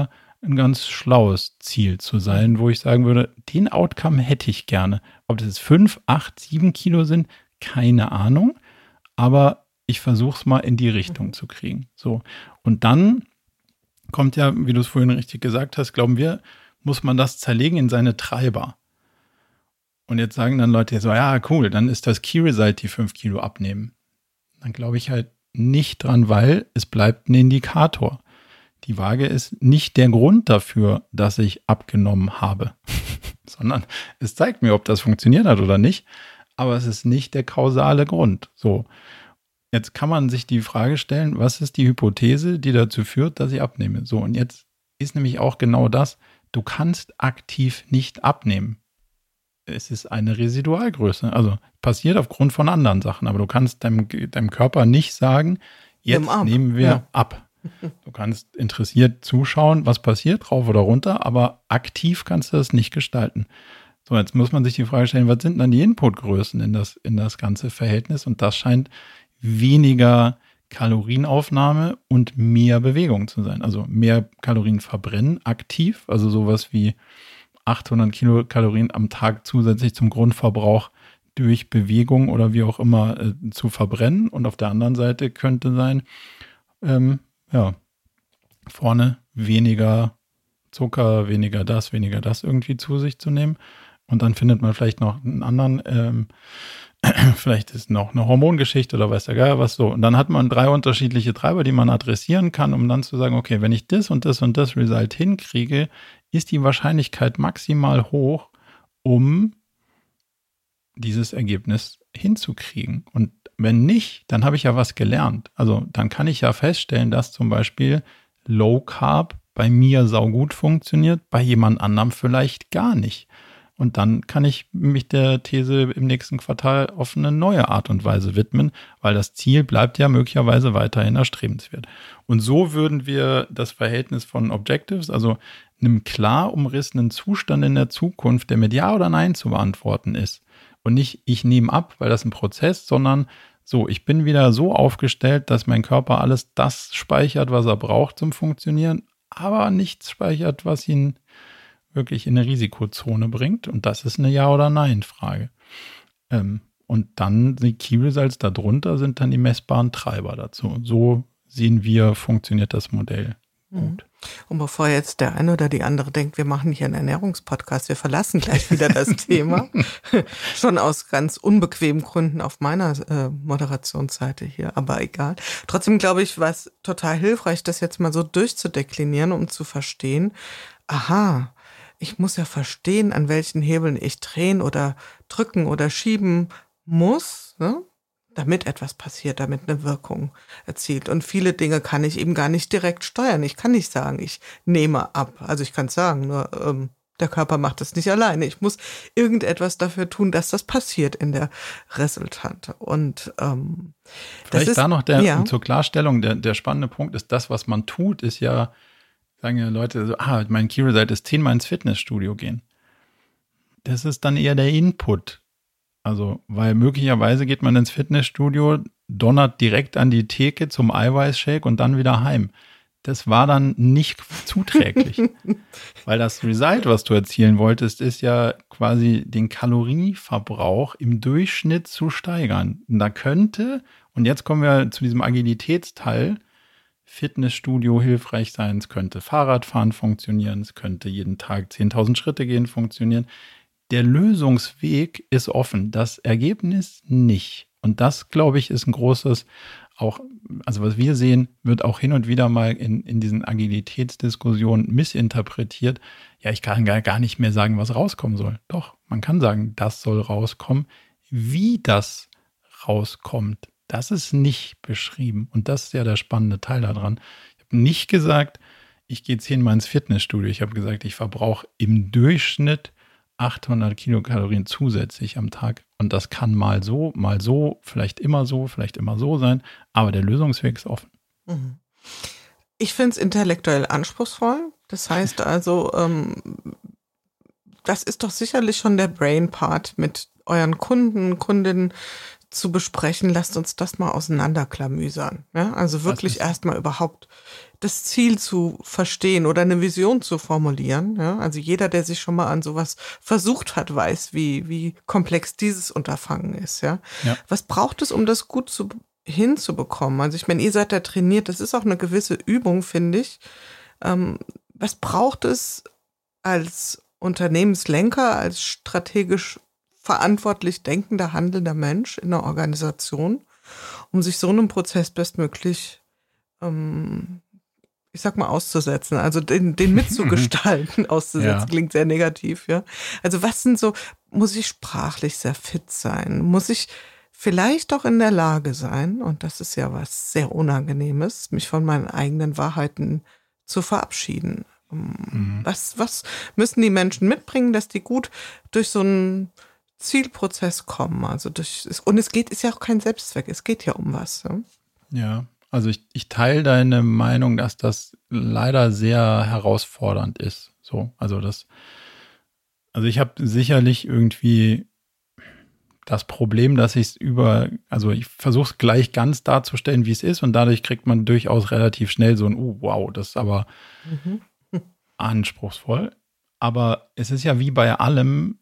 Speaker 3: ein ganz schlaues Ziel zu sein, wo ich sagen würde, den Outcome hätte ich gerne. Ob das jetzt fünf, acht, sieben Kilo sind, keine Ahnung, aber ich versuche es mal in die Richtung zu kriegen. So. Und dann kommt ja, wie du es vorhin richtig gesagt hast, glauben wir, muss man das zerlegen in seine Treiber. Und jetzt sagen dann Leute so, ja cool, dann ist das Key Result die fünf Kilo abnehmen. Dann glaube ich halt nicht dran, weil es bleibt ein Indikator. Die Waage ist nicht der Grund dafür, dass ich abgenommen habe, sondern es zeigt mir, ob das funktioniert hat oder nicht, aber es ist nicht der kausale Grund. So, jetzt kann man sich die Frage stellen, was ist die Hypothese, die dazu führt, dass ich abnehme? So, und jetzt ist nämlich auch genau das, du kannst aktiv nicht abnehmen. Es ist eine Residualgröße, also passiert aufgrund von anderen Sachen, aber du kannst deinem, deinem Körper nicht sagen, jetzt nehmen wir ja. ab. Du kannst interessiert zuschauen, was passiert, rauf oder runter, aber aktiv kannst du das nicht gestalten. So, jetzt muss man sich die Frage stellen, was sind dann die Inputgrößen in das, in das ganze Verhältnis? Und das scheint weniger Kalorienaufnahme und mehr Bewegung zu sein. Also mehr Kalorien verbrennen aktiv, also sowas wie achthundert Kilokalorien am Tag zusätzlich zum Grundverbrauch durch Bewegung oder wie auch immer äh, zu verbrennen. Und auf der anderen Seite könnte sein, ähm, ja, vorne weniger Zucker, weniger das, weniger das irgendwie zu sich zu nehmen. Und dann findet man vielleicht noch einen anderen, ähm, vielleicht ist noch eine Hormongeschichte oder weiß der Geier was so. Und dann hat man drei unterschiedliche Treiber, die man adressieren kann, um dann zu sagen, okay, wenn ich das und das und das Result hinkriege, ist die Wahrscheinlichkeit maximal hoch, um dieses Ergebnis hinzukriegen. Und wenn nicht, dann habe ich ja was gelernt. Also dann kann ich ja feststellen, dass zum Beispiel Low Carb bei mir saugut funktioniert, bei jemand anderem vielleicht gar nicht. Und dann kann ich mich der These im nächsten Quartal auf eine neue Art und Weise widmen, weil das Ziel bleibt ja möglicherweise weiterhin erstrebenswert. Und so würden wir das Verhältnis von Objectives, also einem klar umrissenen Zustand in der Zukunft, der mit Ja oder Nein zu beantworten ist. Und nicht, ich nehme ab, weil das ein Prozess, sondern so, ich bin wieder so aufgestellt, dass mein Körper alles das speichert, was er braucht zum Funktionieren, aber nichts speichert, was ihn wirklich in eine Risikozone bringt. Und das ist eine Ja- oder Nein-Frage. Ähm, und dann die Key Results darunter sind dann die messbaren Treiber dazu. Und so sehen wir, funktioniert das Modell gut.
Speaker 2: Und bevor jetzt der eine oder die andere denkt, wir machen hier einen Ernährungspodcast, wir verlassen gleich wieder das Thema. Schon aus ganz unbequemen Gründen auf meiner äh, Moderationsseite hier, aber egal. Trotzdem glaube ich, war es total hilfreich, das jetzt mal so durchzudeklinieren, um zu verstehen, aha, ich muss ja verstehen, an welchen Hebeln ich drehen oder drücken oder schieben muss, ne? Damit etwas passiert, damit eine Wirkung erzielt. Und viele Dinge kann ich eben gar nicht direkt steuern. Ich kann nicht sagen, ich nehme ab. Also ich kann es sagen, nur ähm, der Körper macht das nicht alleine. Ich muss irgendetwas dafür tun, dass das passiert in der Resultante. Und ähm,
Speaker 3: Vielleicht
Speaker 2: das ist,
Speaker 3: da noch der,
Speaker 2: ja.
Speaker 3: zur Klarstellung, der, der spannende Punkt ist, das, was man tut, ist ja, sagen ja Leute so, ah, mein Key Result ist zehnmal ins Fitnessstudio gehen. Das ist dann eher der Input. Also, weil möglicherweise geht man ins Fitnessstudio, donnert direkt an die Theke zum Eiweißshake und dann wieder heim. Das war dann nicht zuträglich. Weil das Result, was du erzielen wolltest, ist ja quasi den Kalorienverbrauch im Durchschnitt zu steigern. Und da könnte, und jetzt kommen wir zu diesem Agilitätsteil, Fitnessstudio hilfreich sein, es könnte Fahrradfahren funktionieren, es könnte jeden Tag zehntausend Schritte gehen funktionieren. Der Lösungsweg ist offen, das Ergebnis nicht. Und das, glaube ich, ist ein großes, auch, also was wir sehen, wird auch hin und wieder mal in, in diesen Agilitätsdiskussionen missinterpretiert. Ja, ich kann gar, gar nicht mehr sagen, was rauskommen soll. Doch, man kann sagen, das soll rauskommen. Wie das rauskommt, das ist nicht beschrieben. Und das ist ja der spannende Teil daran. Ich habe nicht gesagt, ich gehe zehnmal ins Fitnessstudio. Ich habe gesagt, ich verbrauche im Durchschnitt achthundert Kilokalorien zusätzlich am Tag. Und das kann mal so, mal so, vielleicht immer so, vielleicht immer so sein. Aber der Lösungsweg ist offen.
Speaker 2: Ich finde es intellektuell anspruchsvoll. Das heißt also, ähm, das ist doch sicherlich schon der Brain-Part, mit euren Kunden, Kundinnen zu besprechen, lasst uns das mal auseinanderklamüsern. Ja? Also wirklich erstmal überhaupt das Ziel zu verstehen oder eine Vision zu formulieren. Ja? Also jeder, der sich schon mal an sowas versucht hat, weiß, wie, wie komplex dieses Unterfangen ist. Ja?
Speaker 3: Ja.
Speaker 2: Was braucht es, um das gut zu, hinzubekommen? Also ich meine, ihr seid da trainiert, das ist auch eine gewisse Übung, finde ich. Ähm, was braucht es als Unternehmenslenker, als strategisch verantwortlich denkender, handelnder Mensch in einer Organisation, um sich so einem Prozess bestmöglich, ähm, ich sag mal, auszusetzen, also den, den mitzugestalten, auszusetzen, ja. Klingt sehr negativ, ja. Also was sind so, muss ich sprachlich sehr fit sein? Muss ich vielleicht auch in der Lage sein, und das ist ja was sehr Unangenehmes, mich von meinen eigenen Wahrheiten zu verabschieden? Mhm. Was, was müssen die Menschen mitbringen, dass die gut durch so einen Zielprozess kommen? Also durch, und es geht, ist ja auch kein Selbstzweck, es geht ja um was. Ja,
Speaker 3: ja also ich, ich teile deine Meinung, dass das leider sehr herausfordernd ist. So, also das, also ich habe sicherlich irgendwie das Problem, dass ich es über, also ich versuche es gleich ganz darzustellen, wie es ist, und dadurch kriegt man durchaus relativ schnell so ein, oh wow, das ist aber mhm. anspruchsvoll. Aber es ist ja wie bei allem,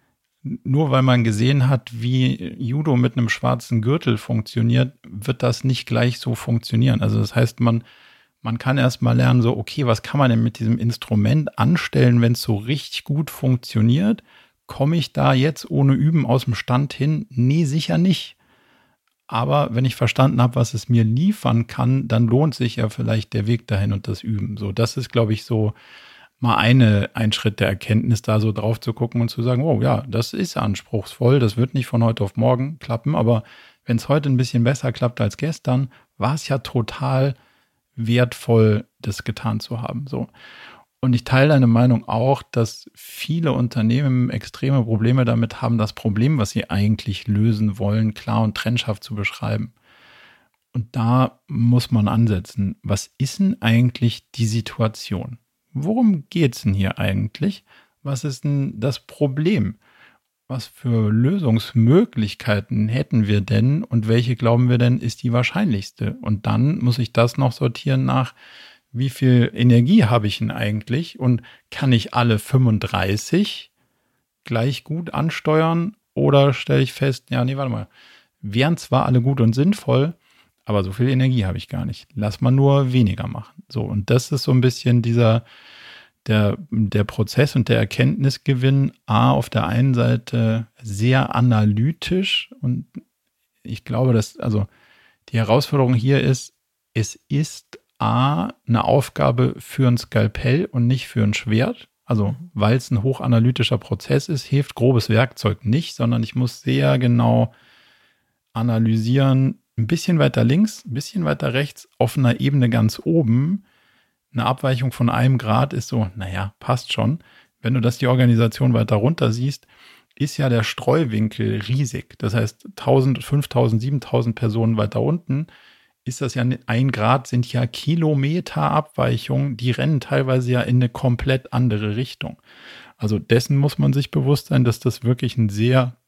Speaker 3: nur weil man gesehen hat, wie Judo mit einem schwarzen Gürtel funktioniert, wird das nicht gleich so funktionieren. Also das heißt, man, man kann erst mal lernen, so, okay, was kann man denn mit diesem Instrument anstellen, wenn es so richtig gut funktioniert? Komme ich da jetzt ohne Üben aus dem Stand hin? Nee, sicher nicht. Aber wenn ich verstanden habe, was es mir liefern kann, dann lohnt sich ja vielleicht der Weg dahin und das Üben. So, das ist, glaube ich, so mal eine, ein Schritt der Erkenntnis, da so drauf zu gucken und zu sagen, oh ja, das ist anspruchsvoll, das wird nicht von heute auf morgen klappen, aber wenn es heute ein bisschen besser klappt als gestern, war es ja total wertvoll, das getan zu haben. So. Und ich teile deine Meinung auch, dass viele Unternehmen extreme Probleme damit haben, das Problem, was sie eigentlich lösen wollen, klar und trennscharf zu beschreiben. Und da muss man ansetzen. Was ist denn eigentlich die Situation? Worum geht's denn hier eigentlich? Was ist denn das Problem? Was für Lösungsmöglichkeiten hätten wir denn und welche glauben wir denn ist die wahrscheinlichste? Und dann muss ich das noch sortieren nach, wie viel Energie habe ich denn eigentlich und kann ich alle fünfunddreißig gleich gut ansteuern oder stelle ich fest, ja, nee, warte mal, wären zwar alle gut und sinnvoll, aber so viel Energie habe ich gar nicht. Lass mal nur weniger machen. So, und das ist so ein bisschen dieser, der, der Prozess und der Erkenntnisgewinn, A, auf der einen Seite sehr analytisch, und ich glaube, dass, also die Herausforderung hier ist, es ist A, eine Aufgabe für ein Skalpell und nicht für ein Schwert. Also, weil es ein hochanalytischer Prozess ist, hilft grobes Werkzeug nicht, sondern ich muss sehr genau analysieren, ein bisschen weiter links, ein bisschen weiter rechts, auf einer Ebene ganz oben. Eine Abweichung von einem Grad ist so, naja, passt schon. Wenn du das die Organisation weiter runter siehst, ist ja der Streuwinkel riesig. Das heißt, tausend, fünftausend, siebentausend Personen weiter unten ist das ja ein Grad, sind ja Kilometer Abweichungen, die rennen teilweise ja in eine komplett andere Richtung. Also dessen muss man sich bewusst sein, dass das wirklich ein sehr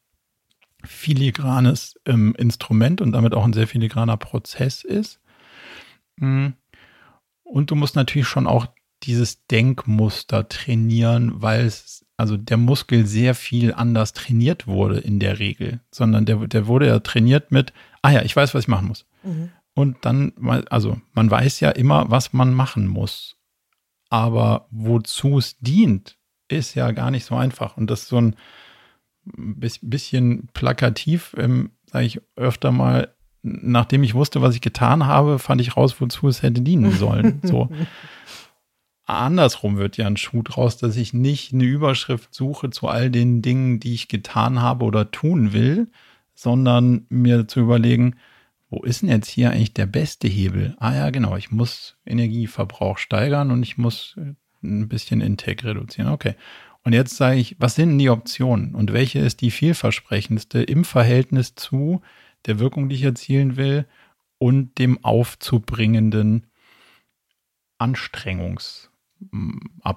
Speaker 3: filigranes ähm, Instrument und damit auch ein sehr filigraner Prozess ist. Und du musst natürlich schon auch dieses Denkmuster trainieren, weil es, also der Muskel sehr viel anders trainiert wurde in der Regel, sondern der, der wurde ja trainiert mit, ah ja, ich weiß, was ich machen muss. Mhm. Und dann, also man weiß ja immer, was man machen muss. Aber wozu es dient, ist ja gar nicht so einfach. Und das ist so ein bisschen plakativ, ähm, sage ich öfter mal, nachdem ich wusste, was ich getan habe, fand ich raus, wozu es hätte dienen sollen. So. Andersrum wird ja ein Schuh draus, dass ich nicht eine Überschrift suche zu all den Dingen, die ich getan habe oder tun will, sondern mir zu überlegen, wo ist denn jetzt hier eigentlich der beste Hebel? Ah ja, genau, ich muss Energieverbrauch steigern und ich muss ein bisschen Intake reduzieren. Okay. Und jetzt sage ich, was sind denn die Optionen und welche ist die vielversprechendste im Verhältnis zu der Wirkung, die ich erzielen will und dem aufzubringenden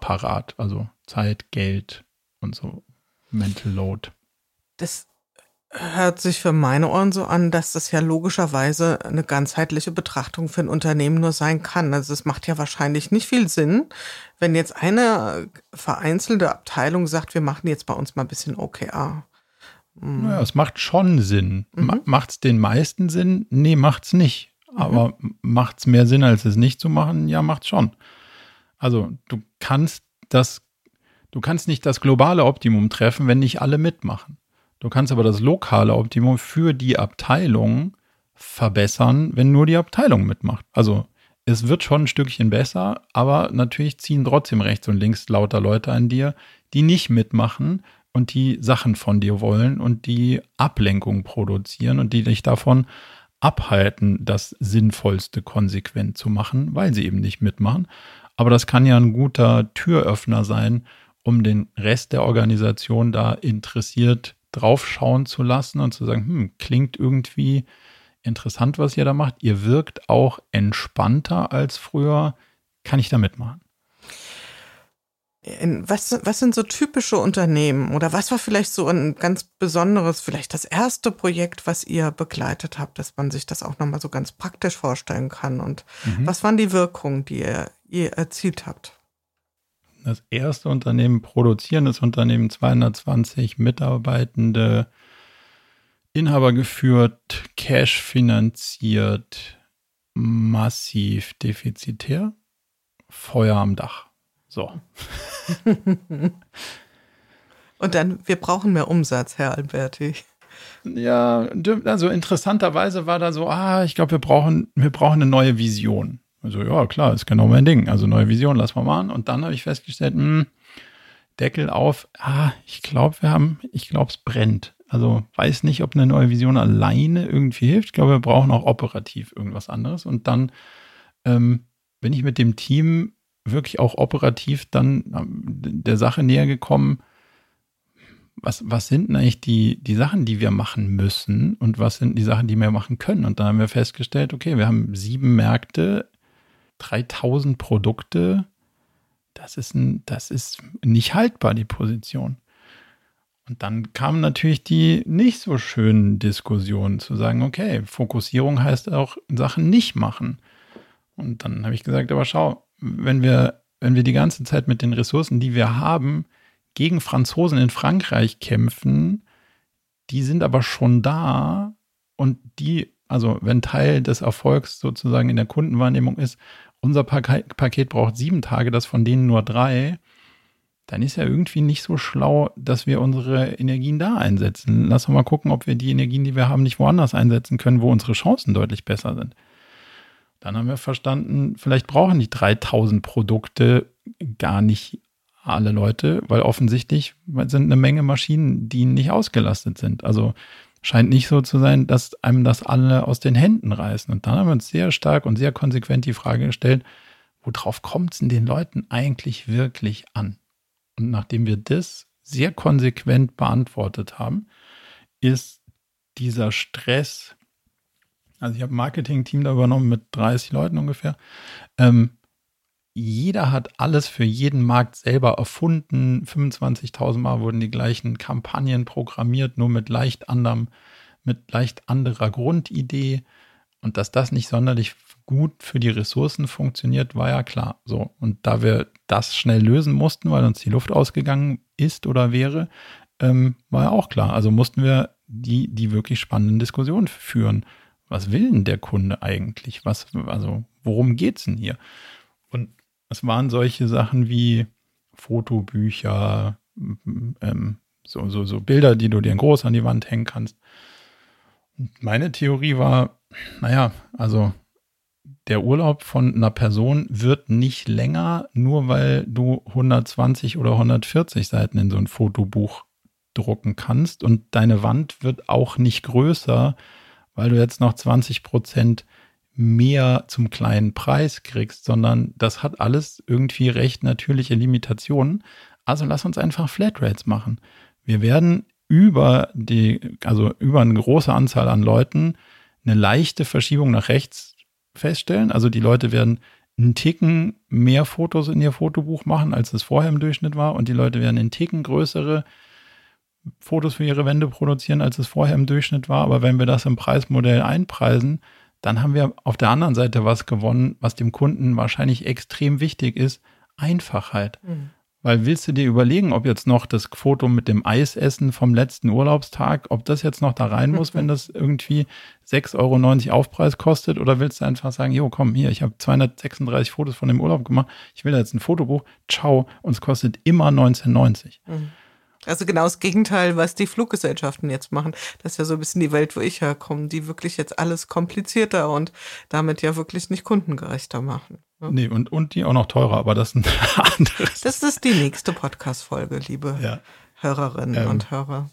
Speaker 3: Anstrengungsapparat, also Zeit, Geld und so, Mental Load.
Speaker 2: Das hört sich für meine Ohren so an, dass das ja logischerweise eine ganzheitliche Betrachtung für ein Unternehmen nur sein kann. Also es macht ja wahrscheinlich nicht viel Sinn, wenn jetzt eine vereinzelte Abteilung sagt, wir machen jetzt bei uns mal ein bisschen O K R.
Speaker 3: Mhm. Ja, es macht schon Sinn. Mhm. Macht es den meisten Sinn? Nee, macht's nicht. Mhm. Aber macht es mehr Sinn, als es nicht zu machen? Ja, macht's schon. Also du kannst das, du kannst nicht das globale Optimum treffen, wenn nicht alle mitmachen. Du kannst aber das lokale Optimum für die Abteilung verbessern, wenn nur die Abteilung mitmacht. Also es wird schon ein Stückchen besser, aber natürlich ziehen trotzdem rechts und links lauter Leute an dir, die nicht mitmachen und die Sachen von dir wollen und die Ablenkung produzieren und die dich davon abhalten, das Sinnvollste konsequent zu machen, weil sie eben nicht mitmachen. Aber das kann ja ein guter Türöffner sein, um den Rest der Organisation da interessiert draufschauen zu lassen und zu sagen, hm, klingt irgendwie interessant, was ihr da macht. Ihr wirkt auch entspannter als früher. Kann ich da mitmachen?
Speaker 2: Was, was sind so typische Unternehmen oder was war vielleicht so ein ganz besonderes, vielleicht das erste Projekt, was ihr begleitet habt, dass man sich das auch nochmal so ganz praktisch vorstellen kann? Und mhm. was waren die Wirkungen, die ihr, ihr erzielt habt?
Speaker 3: Das erste Unternehmen, produzierendes Unternehmen, zweihundertzwanzig Mitarbeitende, Inhaber geführt, Cash finanziert, massiv defizitär, Feuer am Dach. So.
Speaker 2: Und dann, wir brauchen mehr Umsatz, Herr Alberti.
Speaker 3: Ja, also interessanterweise war da so, ah, ich glaube, wir brauchen, wir brauchen eine neue Vision. Also ja, klar, ist genau mein Ding. Also neue Vision, lass mal machen. Und dann habe ich festgestellt, mh, Deckel auf, ah, ich glaube, wir haben, ich glaube, es brennt. Also weiß nicht, ob eine neue Vision alleine irgendwie hilft. Ich glaube, wir brauchen auch operativ irgendwas anderes. Und dann ähm, bin ich mit dem Team wirklich auch operativ dann der Sache näher gekommen, was, was sind denn eigentlich die, die Sachen, die wir machen müssen und was sind die Sachen, die wir machen können. Und dann haben wir festgestellt, okay, wir haben sieben Märkte, dreitausend Produkte, das ist, ein, das ist nicht haltbar, die Position. Und dann kamen natürlich die nicht so schönen Diskussionen, zu sagen, okay, Fokussierung heißt auch Sachen nicht machen. Und dann habe ich gesagt, aber schau, wenn wir, wenn wir die ganze Zeit mit den Ressourcen, die wir haben, gegen Franzosen in Frankreich kämpfen, die sind aber schon da und die, also wenn Teil des Erfolgs sozusagen in der Kundenwahrnehmung ist, unser Paket, Paket braucht sieben Tage, das von denen nur drei, dann ist ja irgendwie nicht so schlau, dass wir unsere Energien da einsetzen. Lass uns mal gucken, ob wir die Energien, die wir haben, nicht woanders einsetzen können, wo unsere Chancen deutlich besser sind. Dann haben wir verstanden, vielleicht brauchen die dreitausend Produkte gar nicht alle Leute, weil offensichtlich sind eine Menge Maschinen, die nicht ausgelastet sind. Also scheint nicht so zu sein, dass einem das alle aus den Händen reißen. Und dann haben wir uns sehr stark und sehr konsequent die Frage gestellt, worauf kommt es denn den Leuten eigentlich wirklich an? Und nachdem wir das sehr konsequent beantwortet haben, ist dieser Stress, also ich habe ein Marketing-Team da übernommen mit dreißig Leuten ungefähr, ähm, jeder hat alles für jeden Markt selber erfunden. fünfundzwanzigtausend Mal wurden die gleichen Kampagnen programmiert, nur mit leicht anderem, mit leicht anderer Grundidee. Und dass das nicht sonderlich gut für die Ressourcen funktioniert, war ja klar. So. Und da wir das schnell lösen mussten, weil uns die Luft ausgegangen ist oder wäre, ähm, war ja auch klar. Also mussten wir die, die wirklich spannenden Diskussionen führen. Was will denn der Kunde eigentlich? Was, also, worum geht's denn hier? Und es waren solche Sachen wie Fotobücher, ähm, so, so, so Bilder, die du dir groß an die Wand hängen kannst. Und meine Theorie war, naja, also der Urlaub von einer Person wird nicht länger, nur weil du hundertzwanzig oder hundertvierzig Seiten in so ein Fotobuch drucken kannst. Und deine Wand wird auch nicht größer, weil du jetzt noch zwanzig Prozent mehr zum kleinen Preis kriegst, sondern das hat alles irgendwie recht natürliche Limitationen. Also lass uns einfach Flatrates machen. Wir werden über die, also über eine große Anzahl an Leuten eine leichte Verschiebung nach rechts feststellen. Also die Leute werden einen Ticken mehr Fotos in ihr Fotobuch machen, als es vorher im Durchschnitt war, und die Leute werden einen Ticken größere Fotos für ihre Wände produzieren, als es vorher im Durchschnitt war. Aber wenn wir das im Preismodell einpreisen, dann haben wir auf der anderen Seite was gewonnen, was dem Kunden wahrscheinlich extrem wichtig ist, Einfachheit. Mhm. Weil willst du dir überlegen, ob jetzt noch das Foto mit dem Eisessen vom letzten Urlaubstag, ob das jetzt noch da rein muss, wenn das irgendwie sechs Euro neunzig Aufpreis kostet, oder willst du einfach sagen, jo, komm, hier, ich habe zweihundertsechsunddreißig Fotos von dem Urlaub gemacht, ich will jetzt ein Fotobuch, ciao, und es kostet immer neunzehn neunzig.
Speaker 2: Mhm. Also genau das Gegenteil, was die Fluggesellschaften jetzt machen. Das ist ja so ein bisschen die Welt, wo ich herkomme, die wirklich jetzt alles komplizierter und damit ja wirklich nicht kundengerechter machen. Ne?
Speaker 3: Nee, und, und die auch noch teurer, aber das ist ein anderes.
Speaker 2: Das ist die nächste Podcast-Folge, liebe ja. Hörerinnen ähm, und Hörer.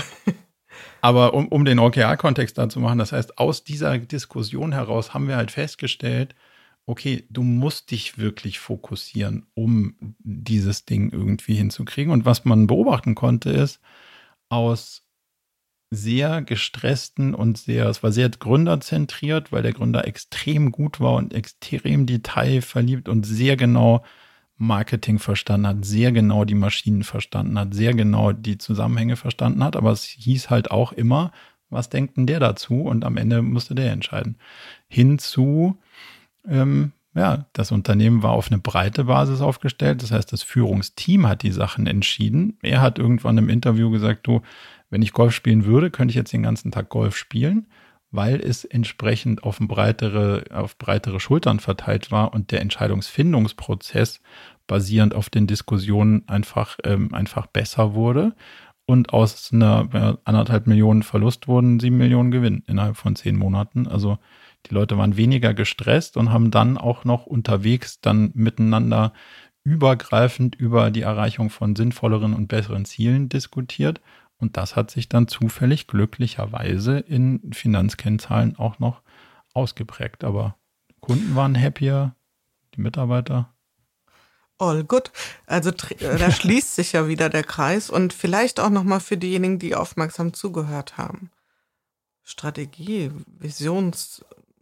Speaker 3: Aber um, um den O K R-Kontext da zu machen, das heißt, aus dieser Diskussion heraus haben wir halt festgestellt, okay, du musst dich wirklich fokussieren, um dieses Ding irgendwie hinzukriegen. Und was man beobachten konnte, ist, aus sehr gestressten und sehr, es war sehr gründerzentriert, weil der Gründer extrem gut war und extrem detailverliebt und sehr genau Marketing verstanden hat, sehr genau die Maschinen verstanden hat, sehr genau die Zusammenhänge verstanden hat. Aber es hieß halt auch immer, was denkt denn der dazu? Und am Ende musste der entscheiden. Hinzu Ähm, ja, das Unternehmen war auf eine breite Basis aufgestellt. Das heißt, das Führungsteam hat die Sachen entschieden. Er hat irgendwann im Interview gesagt, du, wenn ich Golf spielen würde, könnte ich jetzt den ganzen Tag Golf spielen, weil es entsprechend auf breitere, auf breitere Schultern verteilt war und der Entscheidungsfindungsprozess basierend auf den Diskussionen einfach, ähm, einfach besser wurde. Und aus einer ja, anderthalb Millionen Verlust wurden sieben Millionen Gewinn innerhalb von zehn Monaten. Also die Leute waren weniger gestresst und haben dann auch noch unterwegs dann miteinander übergreifend über die Erreichung von sinnvolleren und besseren Zielen diskutiert. Und das hat sich dann zufällig glücklicherweise in Finanzkennzahlen auch noch ausgeprägt. Aber Kunden waren happier, die Mitarbeiter.
Speaker 2: All good. Also da schließt sich ja wieder der Kreis und vielleicht auch nochmal für diejenigen, die aufmerksam zugehört haben. Strategie, Visions,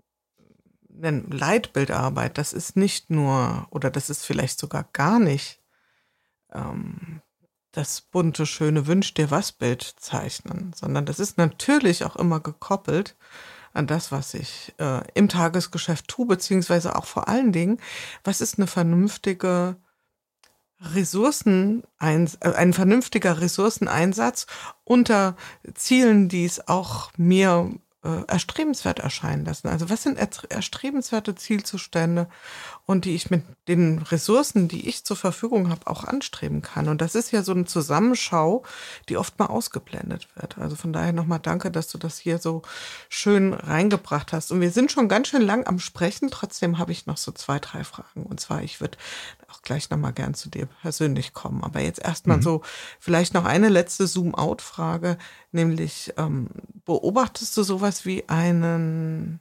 Speaker 2: Leitbildarbeit, das ist nicht nur, oder das ist vielleicht sogar gar nicht ähm, das bunte, schöne Wünsch-dir-was-Bild zeichnen, sondern das ist natürlich auch immer gekoppelt an das, was ich äh, im Tagesgeschäft tue, beziehungsweise auch vor allen Dingen, was ist eine vernünftige Ressourcen, ein, ein vernünftiger Ressourceneinsatz unter Zielen, die es auch mir äh, erstrebenswert erscheinen lassen. Also was sind erstrebenswerte Zielzustände und die ich mit den Ressourcen, die ich zur Verfügung habe, auch anstreben kann. Und das ist ja so eine Zusammenschau, die oft mal ausgeblendet wird. Also von daher nochmal danke, dass du das hier so schön reingebracht hast. Und wir sind schon ganz schön lang am Sprechen. Trotzdem habe ich noch so zwei, drei Fragen. Und zwar, ich würde auch gleich nochmal gern zu dir persönlich kommen. Aber jetzt erstmal mhm. so vielleicht noch eine letzte Zoom-out-Frage, nämlich ähm, beobachtest du sowas wie einen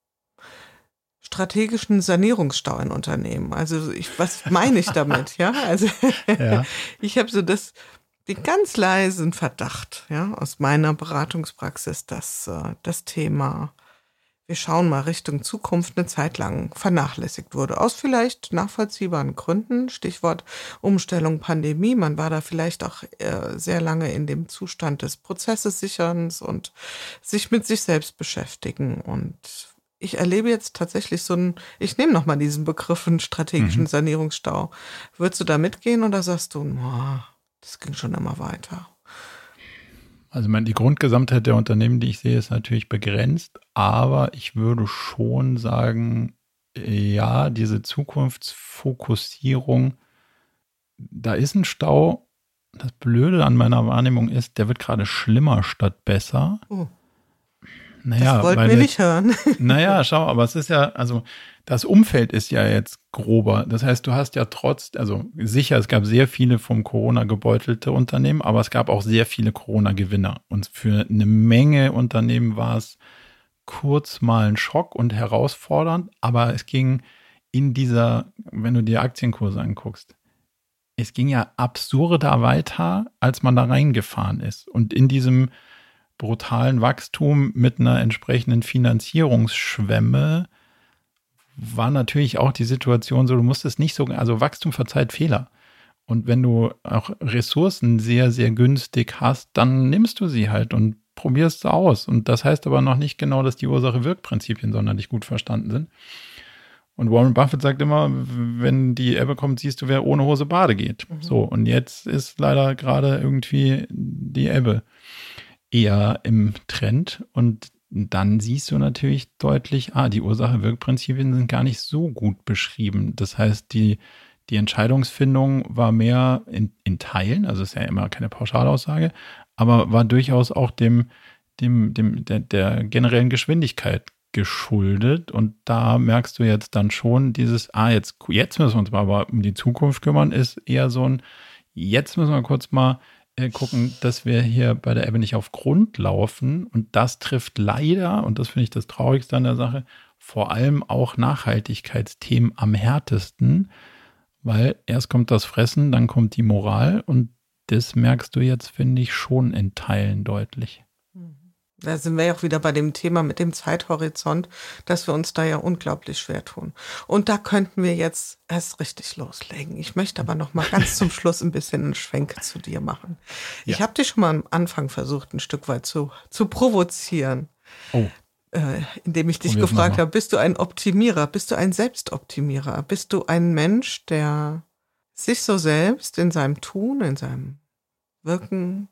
Speaker 2: strategischen Sanierungsstau in Unternehmen? Also ich, was meine ich damit? Ja, also ja. Ich habe so das, den ganz leisen Verdacht, ja, aus meiner Beratungspraxis, dass äh, das Thema, wir schauen mal Richtung Zukunft, eine Zeit lang vernachlässigt wurde. Aus vielleicht nachvollziehbaren Gründen, Stichwort Umstellung, Pandemie. Man war da vielleicht auch äh, sehr lange in dem Zustand des Prozesses sicherns und sich mit sich selbst beschäftigen. Und ich erlebe jetzt tatsächlich so einen, ich nehme nochmal diesen Begriff, einen strategischen mhm. Sanierungsstau. Würdest du da mitgehen oder sagst du, oh, das ging schon immer weiter?
Speaker 3: Also die Grundgesamtheit der Unternehmen, die ich sehe, ist natürlich begrenzt, aber ich würde schon sagen, ja, diese Zukunftsfokussierung, da ist ein Stau. Das Blöde an meiner Wahrnehmung ist, der wird gerade schlimmer statt besser. Oh. Naja,
Speaker 2: das wollten wir nicht hören.
Speaker 3: Naja, schau, aber es ist ja, also das Umfeld ist ja jetzt grober. Das heißt, du hast ja trotz, also sicher, es gab sehr viele vom Corona gebeutelte Unternehmen, aber es gab auch sehr viele Corona-Gewinner. Und für eine Menge Unternehmen war es kurz mal ein Schock und herausfordernd, aber es ging in dieser, wenn du dir Aktienkurse anguckst, es ging ja absurder weiter, als man da reingefahren ist. Und in diesem brutalen Wachstum mit einer entsprechenden Finanzierungsschwemme war natürlich auch die Situation so, du musstest nicht so, also Wachstum verzeiht Fehler. Und wenn du auch Ressourcen sehr, sehr günstig hast, dann nimmst du sie halt und probierst sie aus. Und das heißt aber noch nicht genau, dass die Ursache-Wirk-Prinzipien sonderlich gut verstanden sind. Und Warren Buffett sagt immer, wenn die Ebbe kommt, siehst du, wer ohne Hose Bade geht. Mhm. So, und jetzt ist leider gerade irgendwie die Ebbe eher im Trend. Und dann siehst du natürlich deutlich, ah, die Ursache-Wirk-Prinzipien sind gar nicht so gut beschrieben. Das heißt, die, die Entscheidungsfindung war mehr in, in Teilen, also ist ja immer keine Pauschalaussage, aber war durchaus auch dem, dem, dem, der, der generellen Geschwindigkeit geschuldet. Und da merkst du jetzt dann schon dieses, ah, jetzt, jetzt müssen wir uns mal aber um die Zukunft kümmern, ist eher so ein, jetzt müssen wir kurz mal äh, gucken, dass wir hier bei der Ebbe nicht auf Grund laufen. Und das trifft leider, und das finde ich das Traurigste an der Sache, vor allem auch Nachhaltigkeitsthemen am härtesten, weil erst kommt das Fressen, dann kommt die Moral, und das merkst du jetzt, finde ich, schon in Teilen deutlich.
Speaker 2: Da sind wir ja auch wieder bei dem Thema mit dem Zeithorizont, dass wir uns da ja unglaublich schwer tun. Und da könnten wir jetzt erst richtig loslegen. Ich möchte aber noch mal ganz zum Schluss ein bisschen einen Schwenk zu dir machen. Ja. Ich habe dich schon mal am Anfang versucht, ein Stück weit zu, zu provozieren.
Speaker 3: Oh.
Speaker 2: Äh, indem ich dich gefragt habe, bist du ein Optimierer? Bist du ein Selbstoptimierer? Bist du ein Mensch, der sich so selbst in seinem Tun, in seinem Wirken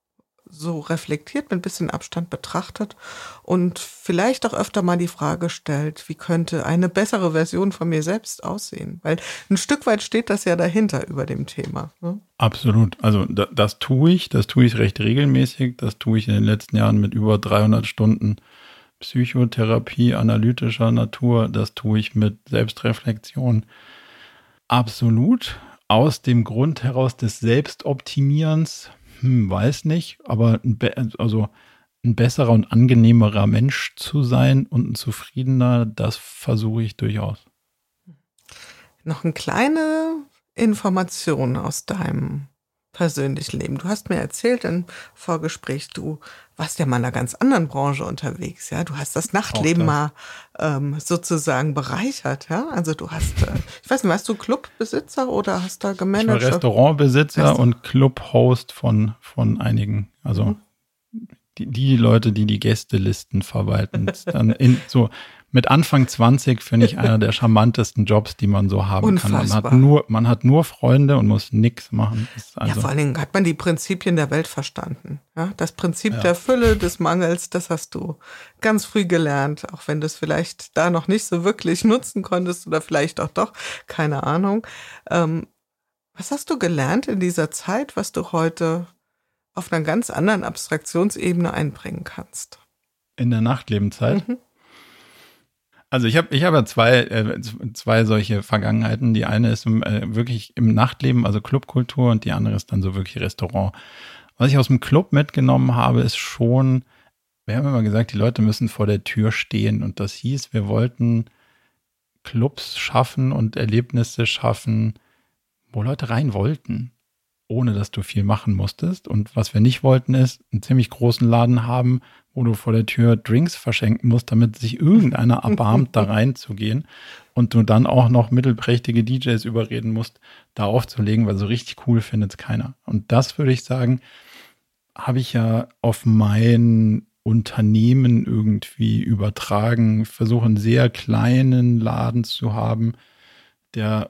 Speaker 2: so reflektiert, mit ein bisschen Abstand betrachtet und vielleicht auch öfter mal die Frage stellt, wie könnte eine bessere Version von mir selbst aussehen? Weil ein Stück weit steht das ja dahinter über dem Thema. Ne?
Speaker 3: Absolut. Also das, das tue ich, das tue ich recht regelmäßig. Das tue ich in den letzten Jahren mit über dreihundert Stunden Psychotherapie analytischer Natur. Das tue ich mit Selbstreflexion. Absolut. Aus dem Grund heraus des Selbstoptimierens, Hm, weiß nicht, aber ein, be- also ein besserer und angenehmerer Mensch zu sein und ein zufriedener, das versuche ich durchaus.
Speaker 2: Noch eine kleine Information aus deinem persönlichen Leben. Du hast mir erzählt im Vorgespräch, du warst ja mal in einer ganz anderen Branche unterwegs, ja. Du hast das Nachtleben mal ähm, sozusagen bereichert, ja. Also du hast, äh, ich weiß nicht, warst du Clubbesitzer oder hast da gemanagt?
Speaker 3: Ich war Restaurantbesitzer Restaurant. und Clubhost von, von einigen, also mhm. die, die Leute, die die Gästelisten verwalten. Dann in so mit Anfang zwanzig finde ich einer der charmantesten Jobs, die man so haben Unfassbar. kann. Man hat nur, man hat nur Freunde und muss nichts machen. Also
Speaker 2: ja, vor allen Dingen hat man die Prinzipien der Welt verstanden. Ja, das Prinzip ja. der Fülle, des Mangels, das hast du ganz früh gelernt, auch wenn du es vielleicht da noch nicht so wirklich nutzen konntest oder vielleicht auch doch, keine Ahnung. Ähm, was hast du gelernt in dieser Zeit, was du heute auf einer ganz anderen Abstraktionsebene einbringen kannst?
Speaker 3: In der Nachtlebenzeit? Mhm. Also ich habe ich habe zwei äh, zwei solche Vergangenheiten. Die eine ist im, äh, wirklich im Nachtleben, also Clubkultur, und die andere ist dann so wirklich Restaurant. Was ich aus dem Club mitgenommen habe, ist schon, wir haben immer gesagt, die Leute müssen vor der Tür stehen, und das hieß, wir wollten Clubs schaffen und Erlebnisse schaffen, wo Leute rein wollten, ohne dass du viel machen musstest. Und was wir nicht wollten, ist einen ziemlich großen Laden haben, wo du vor der Tür Drinks verschenken musst, damit sich irgendeiner erbarmt, da reinzugehen, und du dann auch noch mittelprächtige D Js überreden musst, da aufzulegen, weil so richtig cool findet es keiner. Und das, würde ich sagen, habe ich ja auf mein Unternehmen irgendwie übertragen. Ich versuche einen sehr kleinen Laden zu haben, der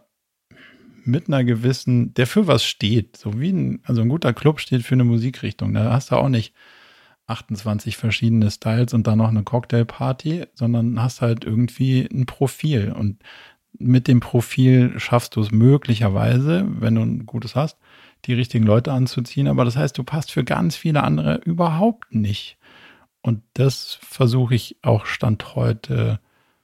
Speaker 3: mit einer gewissen, der für was steht. So wie ein, also ein guter Club steht für eine Musikrichtung. Da hast du auch nicht achtundzwanzig verschiedene Styles und dann noch eine Cocktailparty, sondern hast halt irgendwie ein Profil. Und mit dem Profil schaffst du es möglicherweise, wenn du ein gutes hast, die richtigen Leute anzuziehen. Aber das heißt, du passt für ganz viele andere überhaupt nicht. Und das versuche ich auch Stand heute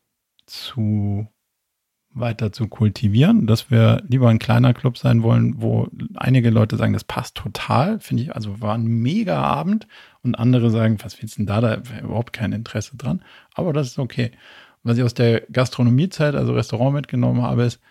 Speaker 3: zu weiter zu kultivieren, dass wir lieber ein kleiner Club sein wollen, wo einige Leute sagen, das passt total, finde ich, also war ein mega Abend, und andere sagen, was willst du denn da, da überhaupt kein Interesse dran, aber das ist okay. Was ich aus der Gastronomiezeit, also Restaurant mitgenommen habe, ist,